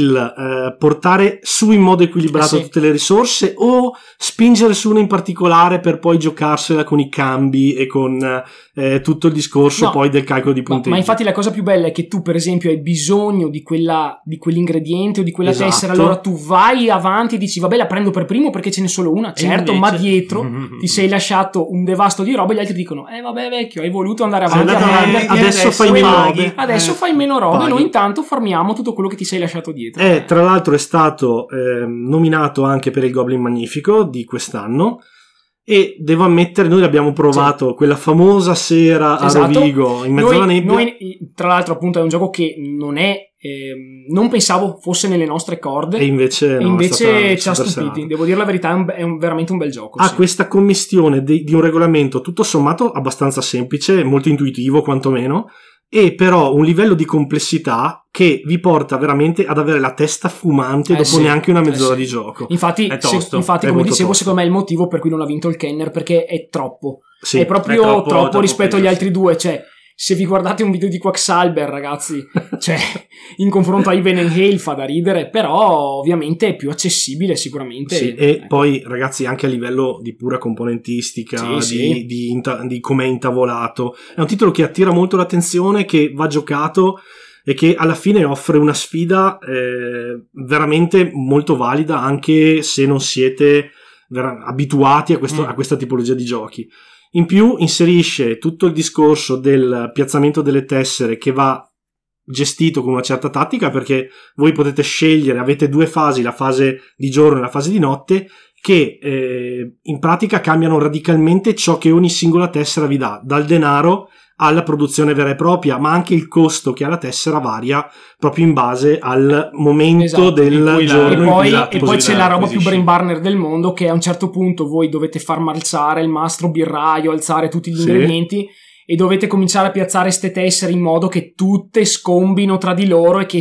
D: il portare su in modo equilibrato
C: Sì.
D: tutte le risorse, o spingere su una in particolare per poi giocarsela con i cambi e con tutto il discorso
C: No,
D: poi del calcolo di punteggi.
C: ma infatti la cosa più bella è che tu, per esempio, hai bisogno di quell'ingrediente o di quella
D: Esatto.
C: tessera, allora tu vai avanti e dici vabbè, la prendo per primo perché ce n'è solo una, certo,
B: invece-
C: ma dietro ti sei lasciato un devasto di robe, e gli altri dicono vabbè vecchio, hai voluto andare
B: Sei
C: avanti
B: andato
C: a
B: avanti,
C: prenderti,
D: adesso fai
C: poi
D: meno
C: paghi.
D: robe.
C: Adesso fai meno robe,
D: Paghi.
C: noi intanto farmiamo tutto quello che ti sei lasciato dietro.
D: Tra l'altro è stato nominato anche per il Goblin Magnifico di quest'anno, e devo ammettere, noi l'abbiamo provato quella famosa sera a
C: Esatto.
D: Rovigo in mezzo alla nebbia.
C: Noi, tra l'altro, appunto, è un gioco che non pensavo fosse nelle nostre corde,
D: E invece,
C: e
D: no,
C: invece
D: è
C: ci ha
D: stata super
C: stupiti.
D: serata.
C: Devo dire la verità, è veramente un bel gioco.
D: Ha
C: sì.
D: questa commistione di un regolamento tutto sommato abbastanza semplice, molto intuitivo quantomeno, e però un livello di complessità che vi porta veramente ad avere la testa fumante dopo
C: sì,
D: neanche una mezz'ora
C: sì.
D: di gioco.
C: Infatti,
B: È tosto.
D: È
C: come
D: molto
C: dicevo,
D: tosto.
C: secondo me è il motivo per cui non ha vinto il Kenner, perché è troppo.
D: Sì.
C: È proprio
B: È troppo
C: troppo rispetto
B: peso,
C: agli altri
B: sì.
C: due. Cioè, se vi guardate un video di Quacksalber, ragazzi, cioè, in confronto a Even and Hale fa da ridere, però ovviamente è più accessibile sicuramente.
D: Sì, e poi ragazzi, anche a livello di pura componentistica,
C: Sì,
D: di com'è intavolato, è un titolo che attira molto l'attenzione, che va giocato e che alla fine offre una sfida veramente molto valida, anche se non siete abituati a questa tipologia di giochi. In più inserisce tutto il discorso del piazzamento delle tessere, che va gestito con una certa tattica, perché voi potete scegliere, avete due fasi, la fase di giorno e la fase di notte, che in pratica cambiano radicalmente ciò che ogni singola tessera vi dà, dal denaro alla produzione vera e propria, ma anche il costo che ha la tessera varia proprio in base al momento
C: Esatto,
D: del
B: in cui
D: giorno in cui la
C: E poi c'è la roba più
B: acquisisci.
C: brain burner del mondo, che a un certo punto voi dovete far marciare il mastro birraio, alzare tutti gli
D: Sì.
C: ingredienti, e dovete cominciare a piazzare ste tessere in modo che tutte scombino tra di loro e che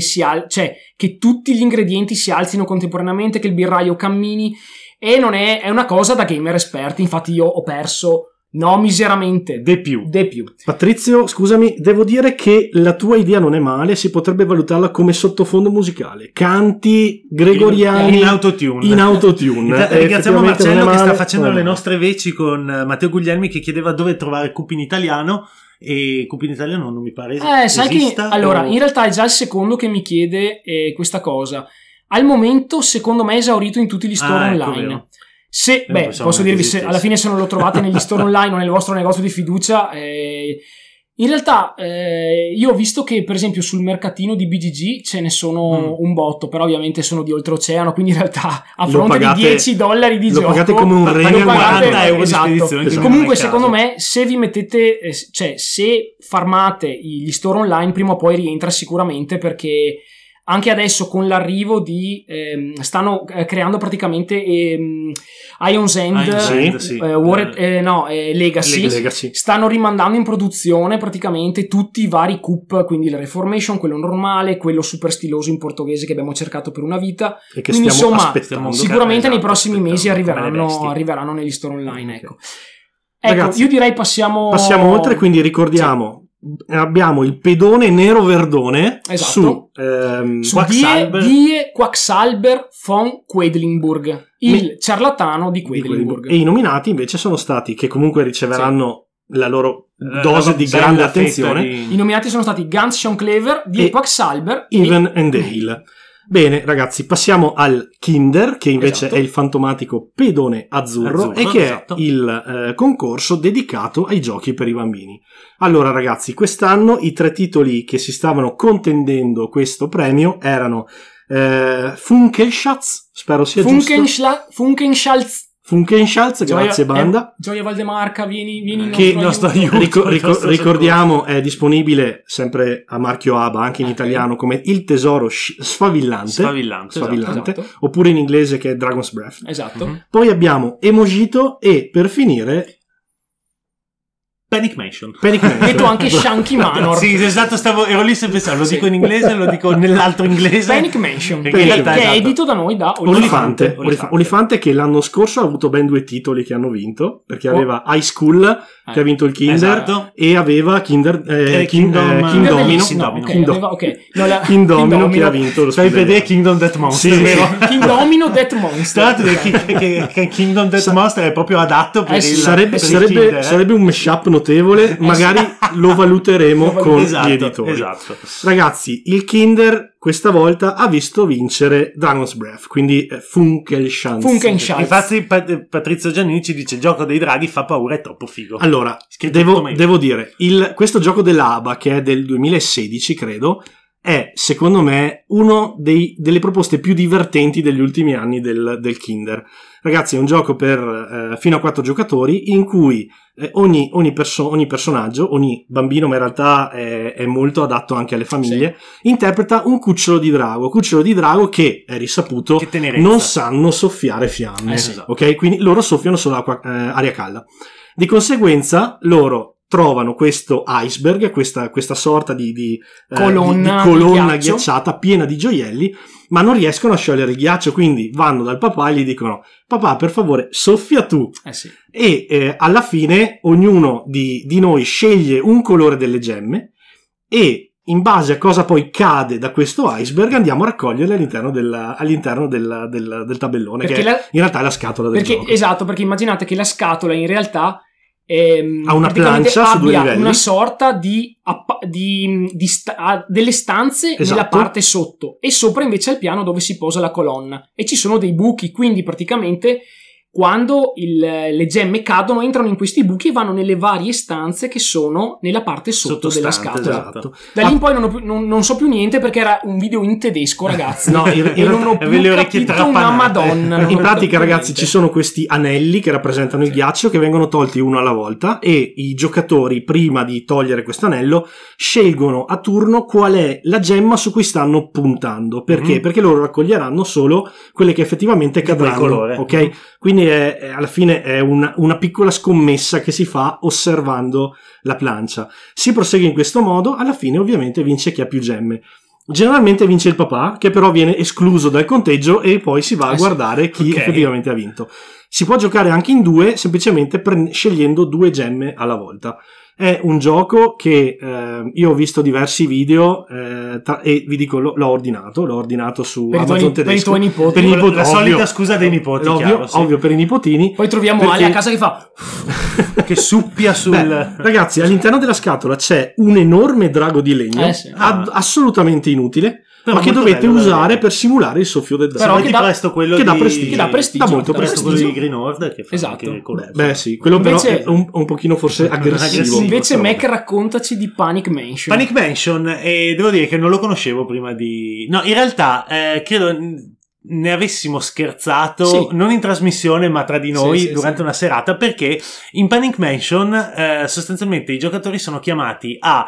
C: che tutti gli ingredienti si alzino contemporaneamente, che il birraio cammini, e non è una cosa da gamer esperti. Infatti io ho perso miseramente
B: De più.
D: Patrizio, scusami, devo dire che la tua idea non è male, si potrebbe valutarla come sottofondo musicale. Canti gregoriani
B: in autotune.
D: Ringraziamo
B: Ringraziamo Marcello che sta facendo le nostre veci con Matteo Guglielmi, che chiedeva dove trovare Cup in italiano, e Cup in italiano non mi pare
C: Sai che
B: esista.
C: allora, in realtà è già il secondo che mi chiede questa cosa. Al momento, secondo me, è esaurito in tutti gli store
B: ecco,
C: online.
B: vero.
C: Posso dirvi, alla fine, se non lo trovate negli store online o nel vostro negozio di fiducia, In realtà io ho visto che per esempio sul mercatino di BGG ce ne sono un botto, però ovviamente sono di oltreoceano, quindi in realtà a fronte di $10 di
D: lo
C: gioco
D: pagate come un regno,
B: 40 euro di
C: esatto.
B: spedizione.
C: Comunque secondo me se vi mettete, cioè se farmate gli store online prima o poi rientra sicuramente, perché anche adesso con l'arrivo di stanno creando praticamente Ion's End,
B: sì.
C: Legacy stanno rimandando in produzione praticamente tutti i vari coup, quindi il Reformation, quello normale, quello super stiloso in portoghese che abbiamo cercato per una vita,
D: e che
C: quindi
D: stiamo
C: insomma
D: aspettando.
C: sicuramente nei prossimi mesi
B: arriveranno
C: arriveranno negli store online. Ecco,
D: Ragazzi,
C: io direi passiamo
D: oltre, quindi ricordiamo abbiamo il pedone nero verdone
C: esatto.
D: su
C: Die Quacksalber von Quedlinburg, il ciarlatano di Quedlinburg.
D: E i nominati invece sono stati, che comunque riceveranno la loro dose di grande attenzione.
C: I nominati sono stati Gans Schonclever, Die Quacksalber,
D: Even and Dale. Bene ragazzi, passiamo al Kinder, che invece è il fantomatico pedone azzurro e che è il concorso dedicato ai giochi per i bambini. Allora ragazzi, quest'anno i 3 titoli che si stavano contendendo questo premio erano Funkenschatz, spero sia Funkenschatz, grazie banda.
C: Gioia Valdemarca, vieni
D: che il nostro aiuto. Ricordiamo è disponibile sempre a marchio ABA anche in italiano come Il tesoro sfavillante.
C: Esatto.
D: Oppure in inglese che è Dragon's Breath.
C: Esatto.
D: Poi abbiamo Emojito e per finire
B: Panic Mansion.
C: Detto anche Shanky Manor.
B: Sì, esatto, ero lì sempre pensando, lo dico in inglese, lo dico nell'altro inglese.
C: Panic Mansion, che
B: esatto.
C: è edito da noi da
D: Olifante, che l'anno scorso ha avuto ben 2 titoli che hanno vinto, perché aveva High School che ha vinto il Kinder e aveva Kingdomino che ha vinto lo
B: Stai vedere Kingdom Death Monster, vero?
C: Kingdomino Death Monster.
B: Che Kingdom Death Monster è proprio adatto per
D: sarebbe un mashup notevole, magari lo valuteremo con gli editori.
B: Esatto.
D: Ragazzi, il Kinder questa volta ha visto vincere Dragon's Breath, quindi Funkenschanz.
B: Infatti Patrizio Giannini ci dice: il gioco dei draghi fa paura, è troppo figo.
D: Allora, devo dire, questo gioco dell'ABA, che è del 2016 credo, è secondo me uno delle proposte più divertenti degli ultimi anni del Kinder. Ragazzi, è un gioco per fino a 4 giocatori in cui ogni personaggio, ogni bambino, ma in realtà è molto adatto anche alle famiglie, interpreta un cucciolo di drago che è risaputo non sanno soffiare fiamme, ok? Quindi loro soffiano solo aria calda. Di conseguenza loro trovano questo iceberg, questa sorta di colonna ghiacciata piena di gioielli, ma non riescono a sciogliere il ghiaccio, quindi vanno dal papà e gli dicono: papà, per favore, soffia tu. E alla fine ognuno di noi sceglie un colore delle gemme e in base a cosa poi cade da questo iceberg andiamo a raccoglierle all'interno del tabellone, perché che in realtà è la scatola del gioco.
C: Esatto, perché immaginate che la scatola in realtà
D: ha una plancia su 2 livelli,
C: una sorta delle stanze nella parte sotto, e sopra invece è il piano dove si posa la colonna e ci sono dei buchi, quindi praticamente quando le gemme cadono entrano in questi buchi e vanno nelle varie stanze che sono nella parte sotto della scatola. Da lì in poi non so più niente, perché era un video in tedesco, ragazzi.
D: No,
C: e non ho più capito una madonna.
D: In pratica, ragazzi, ci sono questi anelli che rappresentano il ghiaccio, che vengono tolti uno alla volta, e i giocatori, prima di togliere questo anello, scelgono a turno qual è la gemma su cui stanno puntando. Perché? Perché loro raccoglieranno solo quelle che effettivamente cadranno, ok? Quindi alla fine è una piccola scommessa che si fa osservando la plancia. Si prosegue in questo modo, alla fine ovviamente vince chi ha più gemme. Generalmente vince il papà, che però viene escluso dal conteggio e poi si va a guardare chi effettivamente ha vinto. Si può giocare anche in 2, semplicemente scegliendo 2 gemme alla volta. È un gioco che io ho visto diversi video e vi dico l'ho ordinato su Amazon tedesco
C: per i tuoi nipoti,
B: la solita scusa dei nipoti,
D: ovvio per i nipotini.
C: Poi troviamo Ale a casa che fa
B: che suppia sul...
D: ragazzi, all'interno della scatola c'è un enorme drago di legno assolutamente inutile, ma che dovete usare per simulare il soffio del
C: Però
D: dado.
C: che
B: Poi presto quello
D: che dà
B: di...
D: prestigio.
C: Dà prestigio.
D: Dà molto
C: dà
B: presto quello
C: prestigio.
B: di Green Horde che fa
C: Esatto.
B: anche colore.
D: Beh, sì, quello
C: Invece-
D: però è un pochino forse aggressivo.
C: Invece
B: Sì,
C: Mac, raccontaci di Panic Mansion.
B: Panic Mansion, e devo dire che non lo conoscevo prima di... No, in realtà credo ne avessimo scherzato,
C: Sì.
B: non in trasmissione ma tra di noi
C: Sì,
B: durante
C: sì.
B: una serata, perché in Panic Mansion sostanzialmente i giocatori sono chiamati a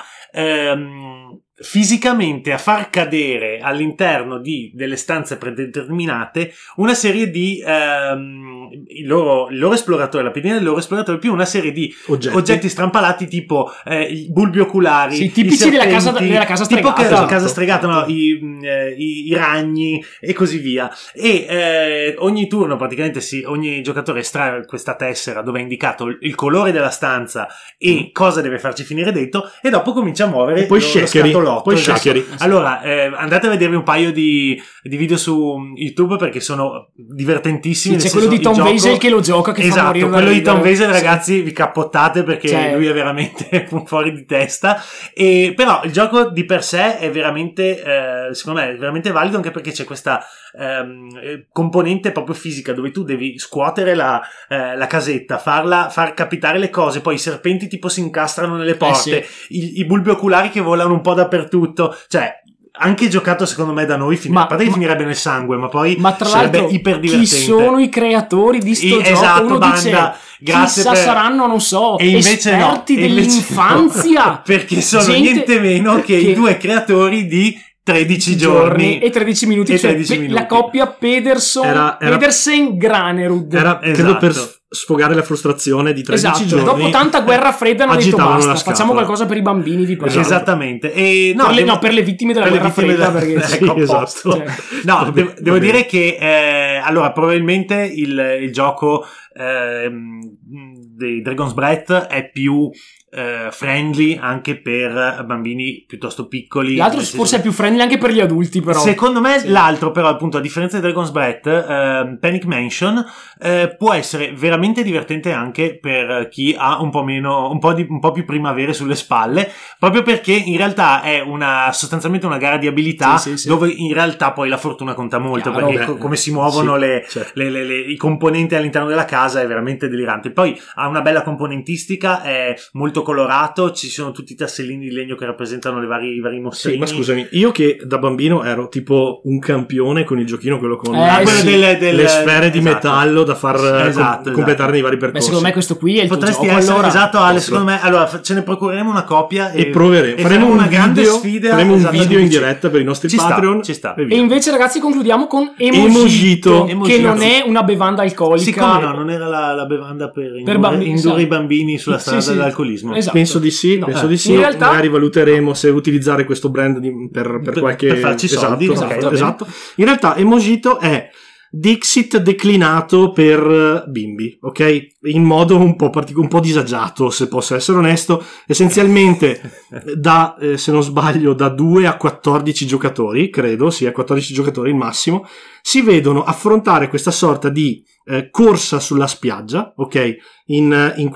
B: fisicamente a far cadere all'interno di delle stanze predeterminate una serie di il loro esploratore, la pedina del loro esploratore, più una serie di oggetti strampalati tipo i bulbi oculari,
C: Sì, tipici
B: i
C: della
B: serpenti,
C: casa
B: tipo
C: stregata.
B: casa stregata, no, i ragni e così via. E ogni turno praticamente ogni giocatore estrae questa tessera dove è indicato il colore della stanza e cosa deve farci finire dentro, e dopo comincia a muovere
D: E poi
B: lo
D: shakeri,
B: scatolotto.
D: poi
B: Esatto.
D: shakeri.
B: Allora andate a vedervi un paio di video su YouTube perché sono divertentissimi.
C: Sì,
B: nel
C: c'è quello
B: senso,
C: di Tom
B: il gioco-
C: Weisel che lo gioca, che fa
B: esatto,
C: morire da
B: quello di Tom
C: ridere.
B: Weisel,
C: Sì.
B: ragazzi, vi cappottate perché
C: Cioè-
B: lui è veramente fuori di testa. E però il gioco di per sé è veramente secondo me è veramente valido, anche perché c'è questa componente proprio fisica dove tu devi scuotere la casetta, far capitare le cose, poi i serpenti tipo si incastrano nelle porte, i bulbi oculari che volano un po' dappertutto, cioè anche giocato secondo me da noi a parte che finirebbe nel sangue, ma poi
C: Ma tra
B: sarebbe
C: l'altro,
B: iper
C: chi
B: divertente.
C: sono i creatori di sto gioco?
B: Esatto,
C: Uno
B: banda,
C: dice,
B: grazie
C: chissà
B: per...
C: saranno, non so,
B: e invece
C: esperti
B: no, e invece
C: dell'infanzia.
B: no, perché sono
C: Gente
B: niente meno che i due creatori di 13 giorni
C: e 13 minuti,
B: e
C: cioè
B: 13 minuti.
C: la coppia Pedersen-Granerud.
D: Era
B: Esatto.
D: credo per sfogare la frustrazione di 13
C: Esatto,
D: giorni.
C: dopo tanta guerra fredda hanno detto
D: agitavano
C: basta,
D: la scatola.
C: facciamo qualcosa per i bambini, vi prego.
B: Esattamente. E
C: Per le vittime della
B: per le
C: guerra
B: vittime
C: fredda,
B: della-
C: perché
B: Ecco,
D: Sì, esatto.
B: posto.
C: Cioè,
B: No,
D: Va
B: devo
D: bene.
B: dire che allora probabilmente il gioco di Dragon's Breath è più friendly anche per bambini piuttosto piccoli.
C: l'altro
B: nel senso
C: forse è
B: che-
C: più friendly anche per gli adulti, però.
B: Secondo me
C: Sì.
B: l'altro però, appunto, a differenza di Dragon's Breath, Panic Mansion può essere veramente divertente anche per chi ha un po' più primavere sulle spalle, proprio perché in realtà è sostanzialmente una gara di abilità,
C: Sì.
B: dove in realtà poi la fortuna conta molto,
C: Chiaro,
B: perché come si muovono
D: certo.
B: i componenti all'interno della casa è veramente delirante. Poi ha una bella componentistica, è molto colorato, ci sono tutti i tassellini di legno che rappresentano i vari mostrini.
D: Sì, ma scusami, io che da bambino ero tipo un campione con il giochino, quello con
B: quello
C: sì.
D: le sfere di
B: esatto.
D: metallo da far
B: Esatto,
D: completare i vari
C: Beh,
D: percorsi.
C: secondo me questo qui è il tuo
B: Potresti
C: gioco,
B: essere,
C: allora.
B: esatto, Ale,
D: Posso.
B: secondo me, allora ce ne procureremo una copia
D: e proveremo.
B: e
D: Faremo
B: una
D: un
B: grande
D: video,
B: sfida.
D: faremo un
B: esatto,
D: video in
B: ci-
D: diretta per i nostri
B: ci sta,
D: Patreon.
B: ci sta.
D: E
C: E
D: via.
C: invece, ragazzi, concludiamo con
D: Emojito.
C: che
B: Emojito.
C: non è una bevanda alcolica.
B: Sì, come no, non era la bevanda per indurre,
C: bambini,
B: indurre
C: sì.
B: i bambini sulla strada
C: Sì.
B: dell'alcolismo.
C: Esatto.
D: Penso di sì,
C: No.
D: penso di sì.
C: In realtà-
D: Magari valuteremo se utilizzare questo brand per qualche...
B: per farci soldi,
D: esatto,
B: ok,
D: esatto. In realtà Emojito è Dixit declinato per bimbi, ok? In modo un po' disagiato, se posso essere onesto. Essenzialmente da, se non sbaglio, da 2 a 14 giocatori, credo, sì, a 14 giocatori il massimo, si vedono affrontare questa sorta di corsa sulla spiaggia, ok? In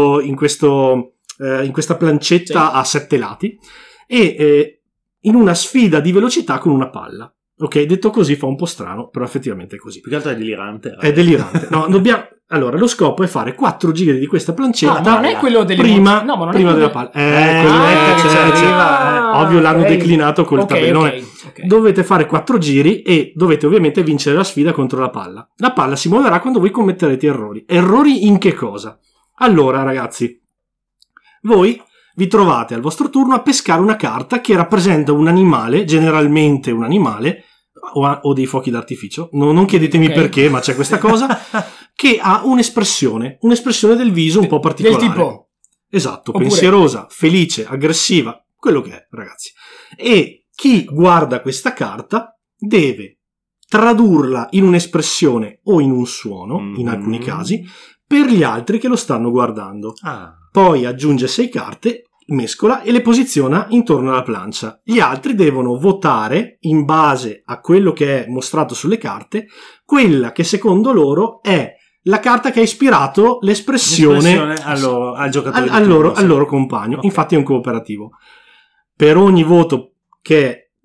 D: questa plancetta a 7 lati, e in una sfida di velocità con una palla. Ok, detto così fa un po' strano, però effettivamente è così.
B: Più che altro è delirante.
D: È delirante. No, allora, lo scopo è fare 4 giri di questa plancetta.
C: ma non è quello delle
D: prima,
C: no, ma non è
D: prima
C: quello
D: della palla.
B: che ci arriva,
D: Ovvio, l'hanno
C: ok.
D: declinato col
C: Ok,
D: tabellone.
C: ok.
D: Dovete fare 4 giri e dovete ovviamente vincere la sfida contro la palla. La palla si muoverà quando voi commetterete errori. Errori in che cosa? Allora, ragazzi, voi vi trovate al vostro turno a pescare una carta che rappresenta un animale, generalmente un animale, o dei fuochi d'artificio, non chiedetemi
C: Ok.
D: perché, ma c'è questa cosa, che ha un'espressione del viso un po' particolare.
C: Del tipo?
D: Esatto,
C: Oppure-
D: pensierosa, felice, aggressiva, quello che è, ragazzi. E chi guarda questa carta deve tradurla in un'espressione o in un suono, in alcuni casi, per gli altri che lo stanno guardando. Poi aggiunge 6 carte, mescola e le posiziona intorno alla plancia. Gli altri devono votare in base a quello che è mostrato sulle carte, quella che secondo loro è la carta che ha ispirato l'espressione
B: al giocatore di
D: al
B: turno, sì.
D: loro compagno.
B: Ok.
D: Infatti è un cooperativo. Per ogni voto che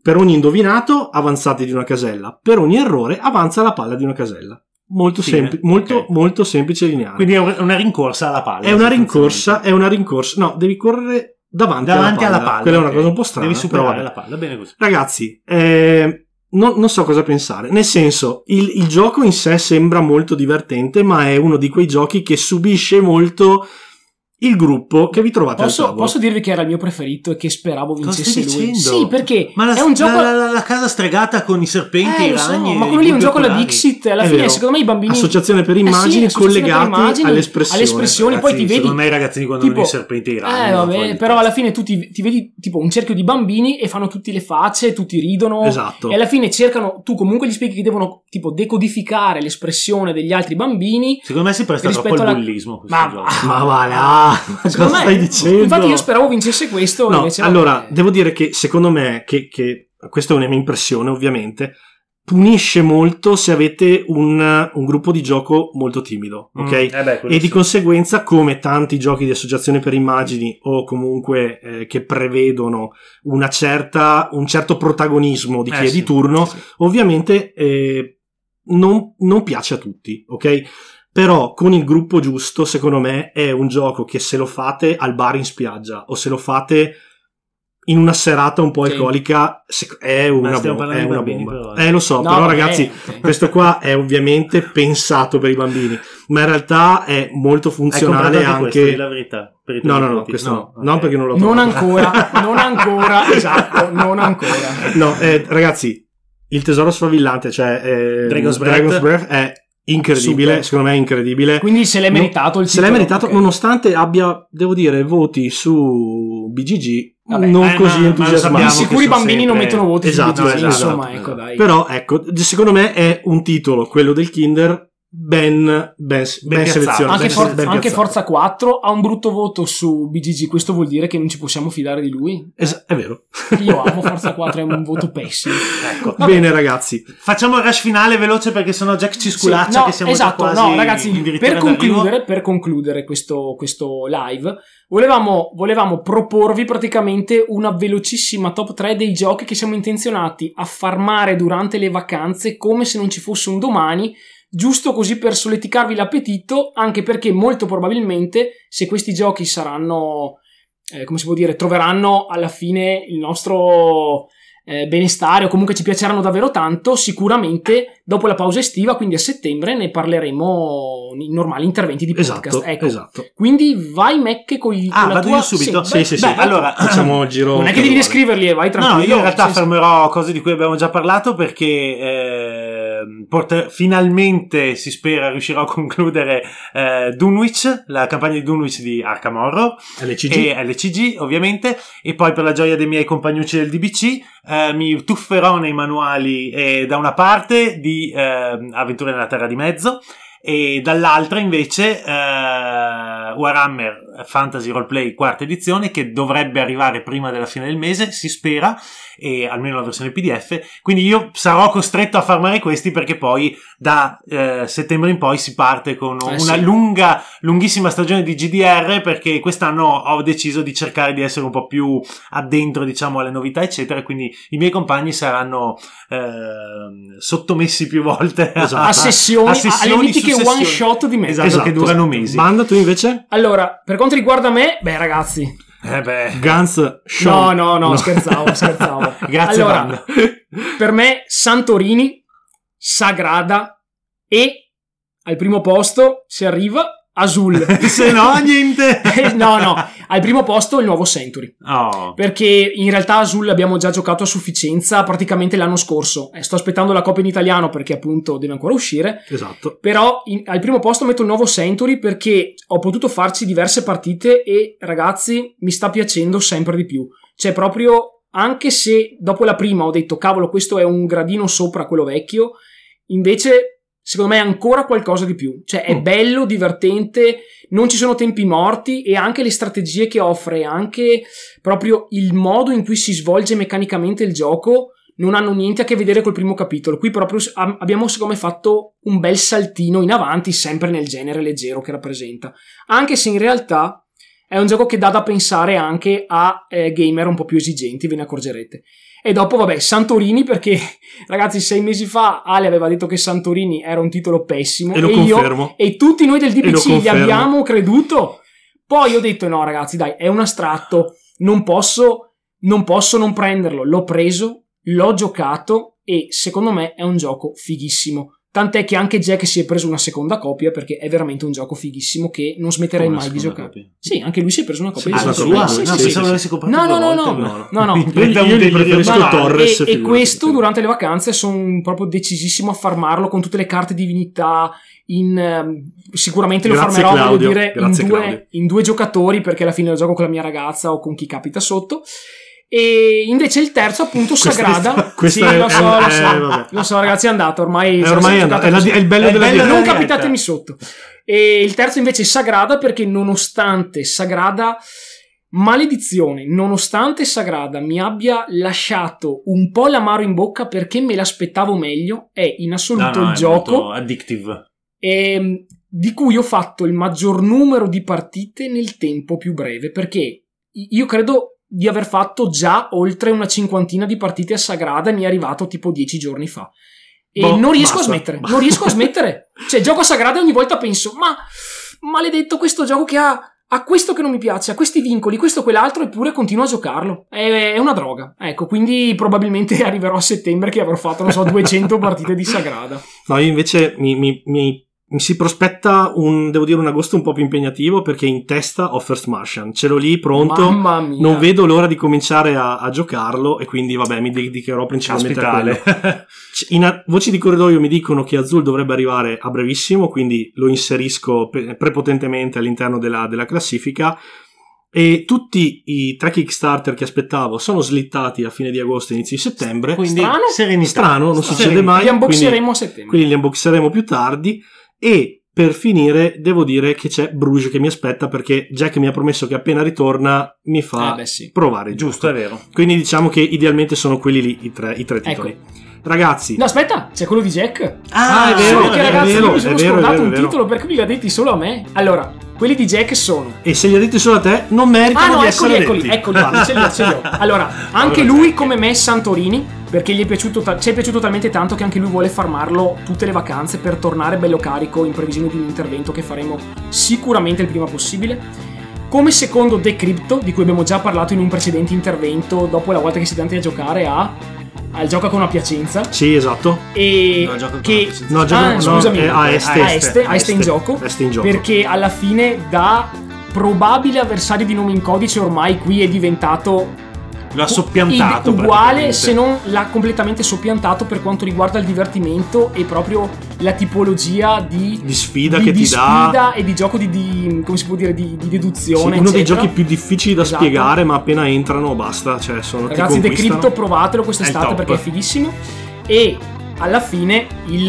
D: Per ogni indovinato avanzate di una casella, per ogni errore avanza la palla di una casella. Molto molto semplice e lineare.
B: Quindi è una rincorsa alla palla.
D: È una rincorsa. No, devi correre davanti alla palla. Quella è una cosa un po' strana.
B: Devi superare la palla, bene così.
D: Ragazzi, non so cosa pensare. Nel senso, il gioco in sé sembra molto divertente, ma è uno di quei giochi che subisce molto il gruppo che vi trovate al tavolo.
C: Posso dirvi che era il mio preferito e che speravo vincesse lui? Sì, perché
B: ma
C: è un gioco...
B: La casa stregata con i serpenti e i ragni.
C: Ma quello lì è un gioco alla Dixit. Alla fine, secondo me, i bambini...
D: Associazione per immagini collegati alle espressioni.
C: Poi ti vedi...
B: Secondo me i ragazzini quando vedono i serpenti e i ragni...
C: vabbè, però alla fine tu ti vedi tipo un cerchio di bambini e fanno tutte le facce, tutti ridono.
D: Esatto.
C: E alla fine cercano... Tu comunque gli spieghi che devono tipo decodificare l'espressione degli altri bambini.
B: Secondo me si presta troppo al bullismo.
C: Ma
D: va là... Cosa stai dicendo?
C: Infatti io speravo vincesse questo.
D: No, allora, devo dire che secondo me, che questa è una mia impressione ovviamente, punisce molto se avete un gruppo di gioco molto timido, ok? E di conseguenza, come tanti giochi di associazione per immagini o comunque che prevedono un certo protagonismo di chi è di turno, ovviamente non piace a tutti, ok? Però con il gruppo giusto, secondo me, è un gioco che se lo fate al bar in spiaggia o se lo fate in una serata un po' alcolica è una bomba. Lo so, no, però ragazzi, questo qua è ovviamente pensato per i bambini, ma in realtà è molto funzionale anche...
B: Questo, la verità.
D: No, questo no. Non perché non l'ho
C: trovato. Non ancora, esatto, non ancora.
D: No, ragazzi, il tesoro sfavillante, cioè Dragon's Breath è incredibile. Super. Secondo me è incredibile,
C: quindi se l'è meritato il titolo.
D: Se l'è meritato, nonostante abbia, devo dire, voti su BGG non così entusiasmanti.
C: Di sicuro i bambini non mettono voti su BGG, insomma,
D: ecco, dai. Però ecco, secondo me è un titolo, quello del Kinder, ben selezionato.
C: Anche Forza 4 ha un brutto voto su BGG, questo vuol dire che non ci possiamo fidare di lui?
D: È vero.
C: Io amo Forza 4, è un voto pessimo.
D: Ecco. Bene ragazzi,
B: facciamo il rush finale veloce perché sennò Jack ci sculaccia, che siamo già quasi
C: ragazzi, per concludere questo live volevamo proporvi praticamente una velocissima top 3 dei giochi che siamo intenzionati a farmare durante le vacanze come se non ci fosse un domani, giusto così per solleticarvi l'appetito, anche perché molto probabilmente se questi giochi saranno, come si può dire, troveranno alla fine il nostro benestare o comunque ci piaceranno davvero tanto, sicuramente dopo la pausa estiva, quindi a settembre, ne parleremo in normali interventi di podcast.
D: Esatto.
C: Quindi vai Mecche con la tua...
B: io subito?
D: Sì. Allora facciamo il giro.
C: Non è che devi descriverli e vai tranquillo.
B: No, io in realtà fermerò cose di cui abbiamo già parlato perché finalmente si spera riuscirò a concludere Dunwich, la campagna di Dunwich di Arkham Horror LCG ovviamente, e poi per la gioia dei miei compagnucci del DBC mi tufferò nei manuali da una parte di Avventure nella Terra di Mezzo e dall'altra invece Warhammer Fantasy Roleplay quarta edizione, che dovrebbe arrivare prima della fine del mese, si spera, e almeno la versione PDF. Quindi io sarò costretto a farmare questi perché poi da settembre in poi si parte con una lunghissima stagione di GDR, perché quest'anno ho deciso di cercare di essere un po' più addentro, diciamo, alle novità eccetera, quindi i miei compagni saranno sottomessi più volte
C: a sessioni alle mitiche one shot di mezzo,
B: esatto, che durano mesi.
D: Banda, tu invece?
C: Allora, per quanto riguarda me, ragazzi,
D: Guns Show.
C: No, scherzavo.
B: Grazie,
C: allora,
B: Banda.
C: Per me Santorini, Sagrada, e al primo posto si arriva Azul.
B: Se no niente.
C: No, al primo posto il nuovo Century, perché in realtà Azul abbiamo già giocato a sufficienza praticamente l'anno scorso, sto aspettando la copia in italiano perché appunto deve ancora uscire,
D: esatto.
C: Però al primo posto metto il nuovo Century perché ho potuto farci diverse partite e ragazzi mi sta piacendo sempre di più, cioè proprio, anche se dopo la prima ho detto cavolo questo è un gradino sopra quello vecchio, invece secondo me è ancora qualcosa di più, cioè è bello, divertente, non ci sono tempi morti, e anche le strategie che offre, anche proprio il modo in cui si svolge meccanicamente il gioco non hanno niente a che vedere col primo capitolo. Qui proprio abbiamo secondo me fatto un bel saltino in avanti, sempre nel genere leggero che rappresenta, anche se in realtà è un gioco che dà da pensare anche a gamer un po' più esigenti, ve ne accorgerete. E dopo, vabbè, Santorini, perché ragazzi 6 mesi fa Ale aveva detto che Santorini era un titolo pessimo,
D: e lo confermo.
C: Io e tutti noi del DPC gli abbiamo creduto. Poi ho detto no ragazzi, dai, è un astratto, non posso non prenderlo. L'ho preso, l'ho giocato e secondo me è un gioco fighissimo. Tant'è che anche Jack si è preso una seconda copia, perché è veramente un gioco fighissimo che non smetterei mai di giocare. Copia. Sì, anche lui si è preso una copia.
B: Pensavo l'avessi comprato.
C: No.
D: Io gli preferisco Torres.
C: E questo durante le vacanze sono proprio decisissimo a farmarlo con tutte le carte divinità. Sicuramente lo farmerò,
D: Claudio.
C: voglio dire, in due giocatori, perché alla fine lo gioco con la mia ragazza o con chi capita sotto. E invece il terzo, appunto, Sagrada. Lo so ragazzi, è andato ormai è andato.
D: È il bello della diretta.
C: Non capitatemi sotto. E il terzo invece è Sagrada, perché nonostante Sagrada, maledizione, nonostante Sagrada mi abbia lasciato un po' l'amaro in bocca perché me l'aspettavo meglio, è in assoluto il gioco
B: addictive
C: di cui ho fatto il maggior numero di partite nel tempo più breve, perché io credo di aver fatto già oltre una 50 di partite a Sagrada e mi è arrivato tipo 10 giorni fa. E non riesco a smettere. Cioè, gioco a Sagrada e ogni volta penso, ma maledetto questo gioco che ha questo che non mi piace, ha questi vincoli, questo quell'altro, eppure continuo a giocarlo. È una droga. Ecco, quindi probabilmente arriverò a settembre che avrò fatto, 200 partite di Sagrada.
D: No, io invece mi si prospetta un agosto un po' più impegnativo, perché in testa ho First Martian, ce l'ho lì pronto,
C: mamma mia.
D: Non vedo l'ora di cominciare a giocarlo, e quindi vabbè mi dedicherò principalmente a quello. In voci di corridoio mi dicono che Azul dovrebbe arrivare a brevissimo, quindi lo inserisco prepotentemente all'interno della classifica. E tutti i 3 Kickstarter che aspettavo sono slittati a fine di agosto, inizio di settembre.
B: Quindi
D: strano, non succede mai.
C: Li unboxeremo a settembre.
D: Quindi li unboxeremo più tardi. E per finire devo dire che c'è Bruges che mi aspetta, perché Jack mi ha promesso che appena ritorna mi fa provare.
B: Giusto, è vero.
D: Quindi diciamo che idealmente sono quelli lì i tre titoli. Ecco. Ragazzi,
C: no, aspetta, c'è quello di Jack.
D: È vero,
C: perché ragazzi, io mi sono scordato un
D: vero.
C: titolo, perché vi l'ha detti solo a me. Allora, quelli di Jack sono,
D: e se li ha detti solo a te non meritano di essere detti.
C: Eccoli, ce li ho. Allora, anche lui come me Santorini, perché ci è piaciuto talmente tanto che anche lui vuole farmarlo tutte le vacanze per tornare bello carico in previsione di un intervento che faremo sicuramente il prima possibile. Come secondo Decrypto, di cui abbiamo già parlato in un precedente intervento, dopo la volta che siete andati a giocare al Gioca con la Piacenza.
D: Sì, esatto.
C: E scusami,
D: a Este
C: in gioco. Perché alla fine, da probabile avversario di nome in codice, ormai qui è diventato,
B: l'ha soppiantato
C: uguale, se non l'ha completamente soppiantato per quanto riguarda il divertimento e proprio la tipologia di
D: sfida che ti dà,
C: e di gioco di come si può dire, di deduzione,
D: uno dei giochi più difficili da spiegare, ma appena entrano basta, cioè sono,
C: ragazzi, Decrypto, provatelo quest'estate perché è fighissimo. E alla fine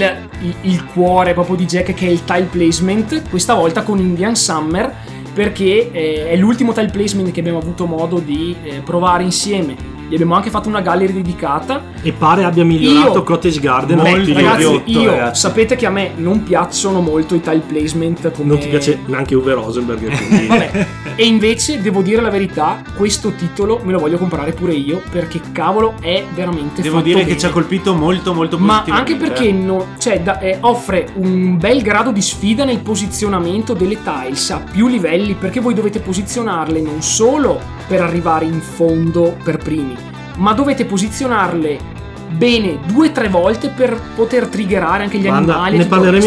C: il cuore proprio di Jack, che è il tile placement, questa volta con Indian Summer, perché è l'ultimo tile placement che abbiamo avuto modo di provare insieme. Gli abbiamo anche fatto una gallery dedicata
D: e pare abbia migliorato Cottage Garden.
C: Ragazzi, sapete che a me non piacciono molto i tile placement come...
D: Non ti piace neanche Uwe Rosenberg, quindi...
C: Vabbè. E invece devo dire la verità, questo titolo me lo voglio comprare pure io, perché cavolo è veramente
B: devo dire bene. Che ci ha colpito molto molto
C: positivamente, ma anche perché offre un bel grado di sfida nel posizionamento delle tiles a più livelli, perché voi dovete posizionarle non solo per arrivare in fondo per primi, ma dovete posizionarle bene 2-3 volte per poter triggerare anche gli animali.
D: Ne parleremo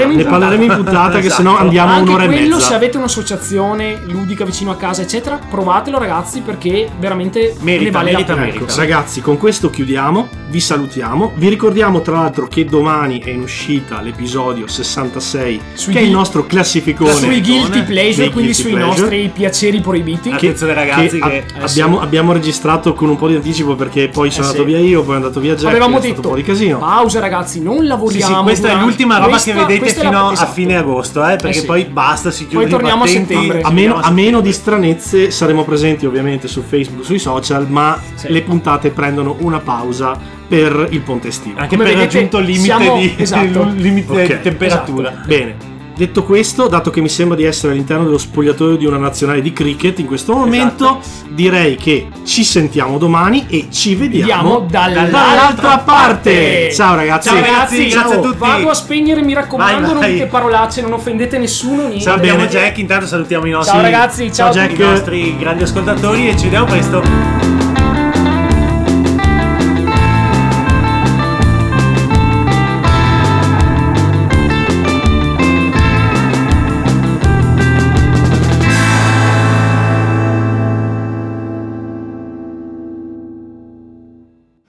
D: in puntata, che sennò andiamo
C: anche
D: un'ora e mezza.
C: Se avete un'associazione ludica vicino a casa eccetera, provatelo ragazzi, perché veramente ne vale la pena.
D: Ecco, ragazzi, con questo chiudiamo, vi salutiamo, vi ricordiamo tra l'altro che domani è in uscita l'episodio 66 che è il nostro classificone
C: sui guilty pleasure, quindi sui nostri piaceri proibiti.
B: Attenzione ragazzi,
D: abbiamo registrato con un po' di anticipo, perché poi sono andato via io, poi è andato via Jack,
C: avevamo detto
D: un po' di casino.
C: Pausa ragazzi, non lavoriamo.
B: Sì, questa è l'ultima roba che vedete fino a fine agosto, perché poi basta, si chiude.
C: Poi torniamo a settembre.
D: A meno di stranezze saremo presenti ovviamente su Facebook, sui social, ma le puntate prendono una pausa per il ponte estivo.
B: Anche come per vedete, raggiunto il limite di temperatura.
D: Bene. detto questo, dato che mi sembra di essere all'interno dello spogliatoio di una nazionale di cricket in questo momento, direi che ci sentiamo domani e ci vediamo dall'altra parte. Ciao ragazzi.
C: Ciao ragazzi,
B: grazie a tutti.
C: Vado a spegnere, mi raccomando,
B: Vai.
C: non dite parolacce, non offendete nessuno, niente.
B: Salutiamo Jack, intanto salutiamo i nostri,
C: Ciao ragazzi, ciao.
B: i nostri grandi ascoltatori e ci vediamo presto.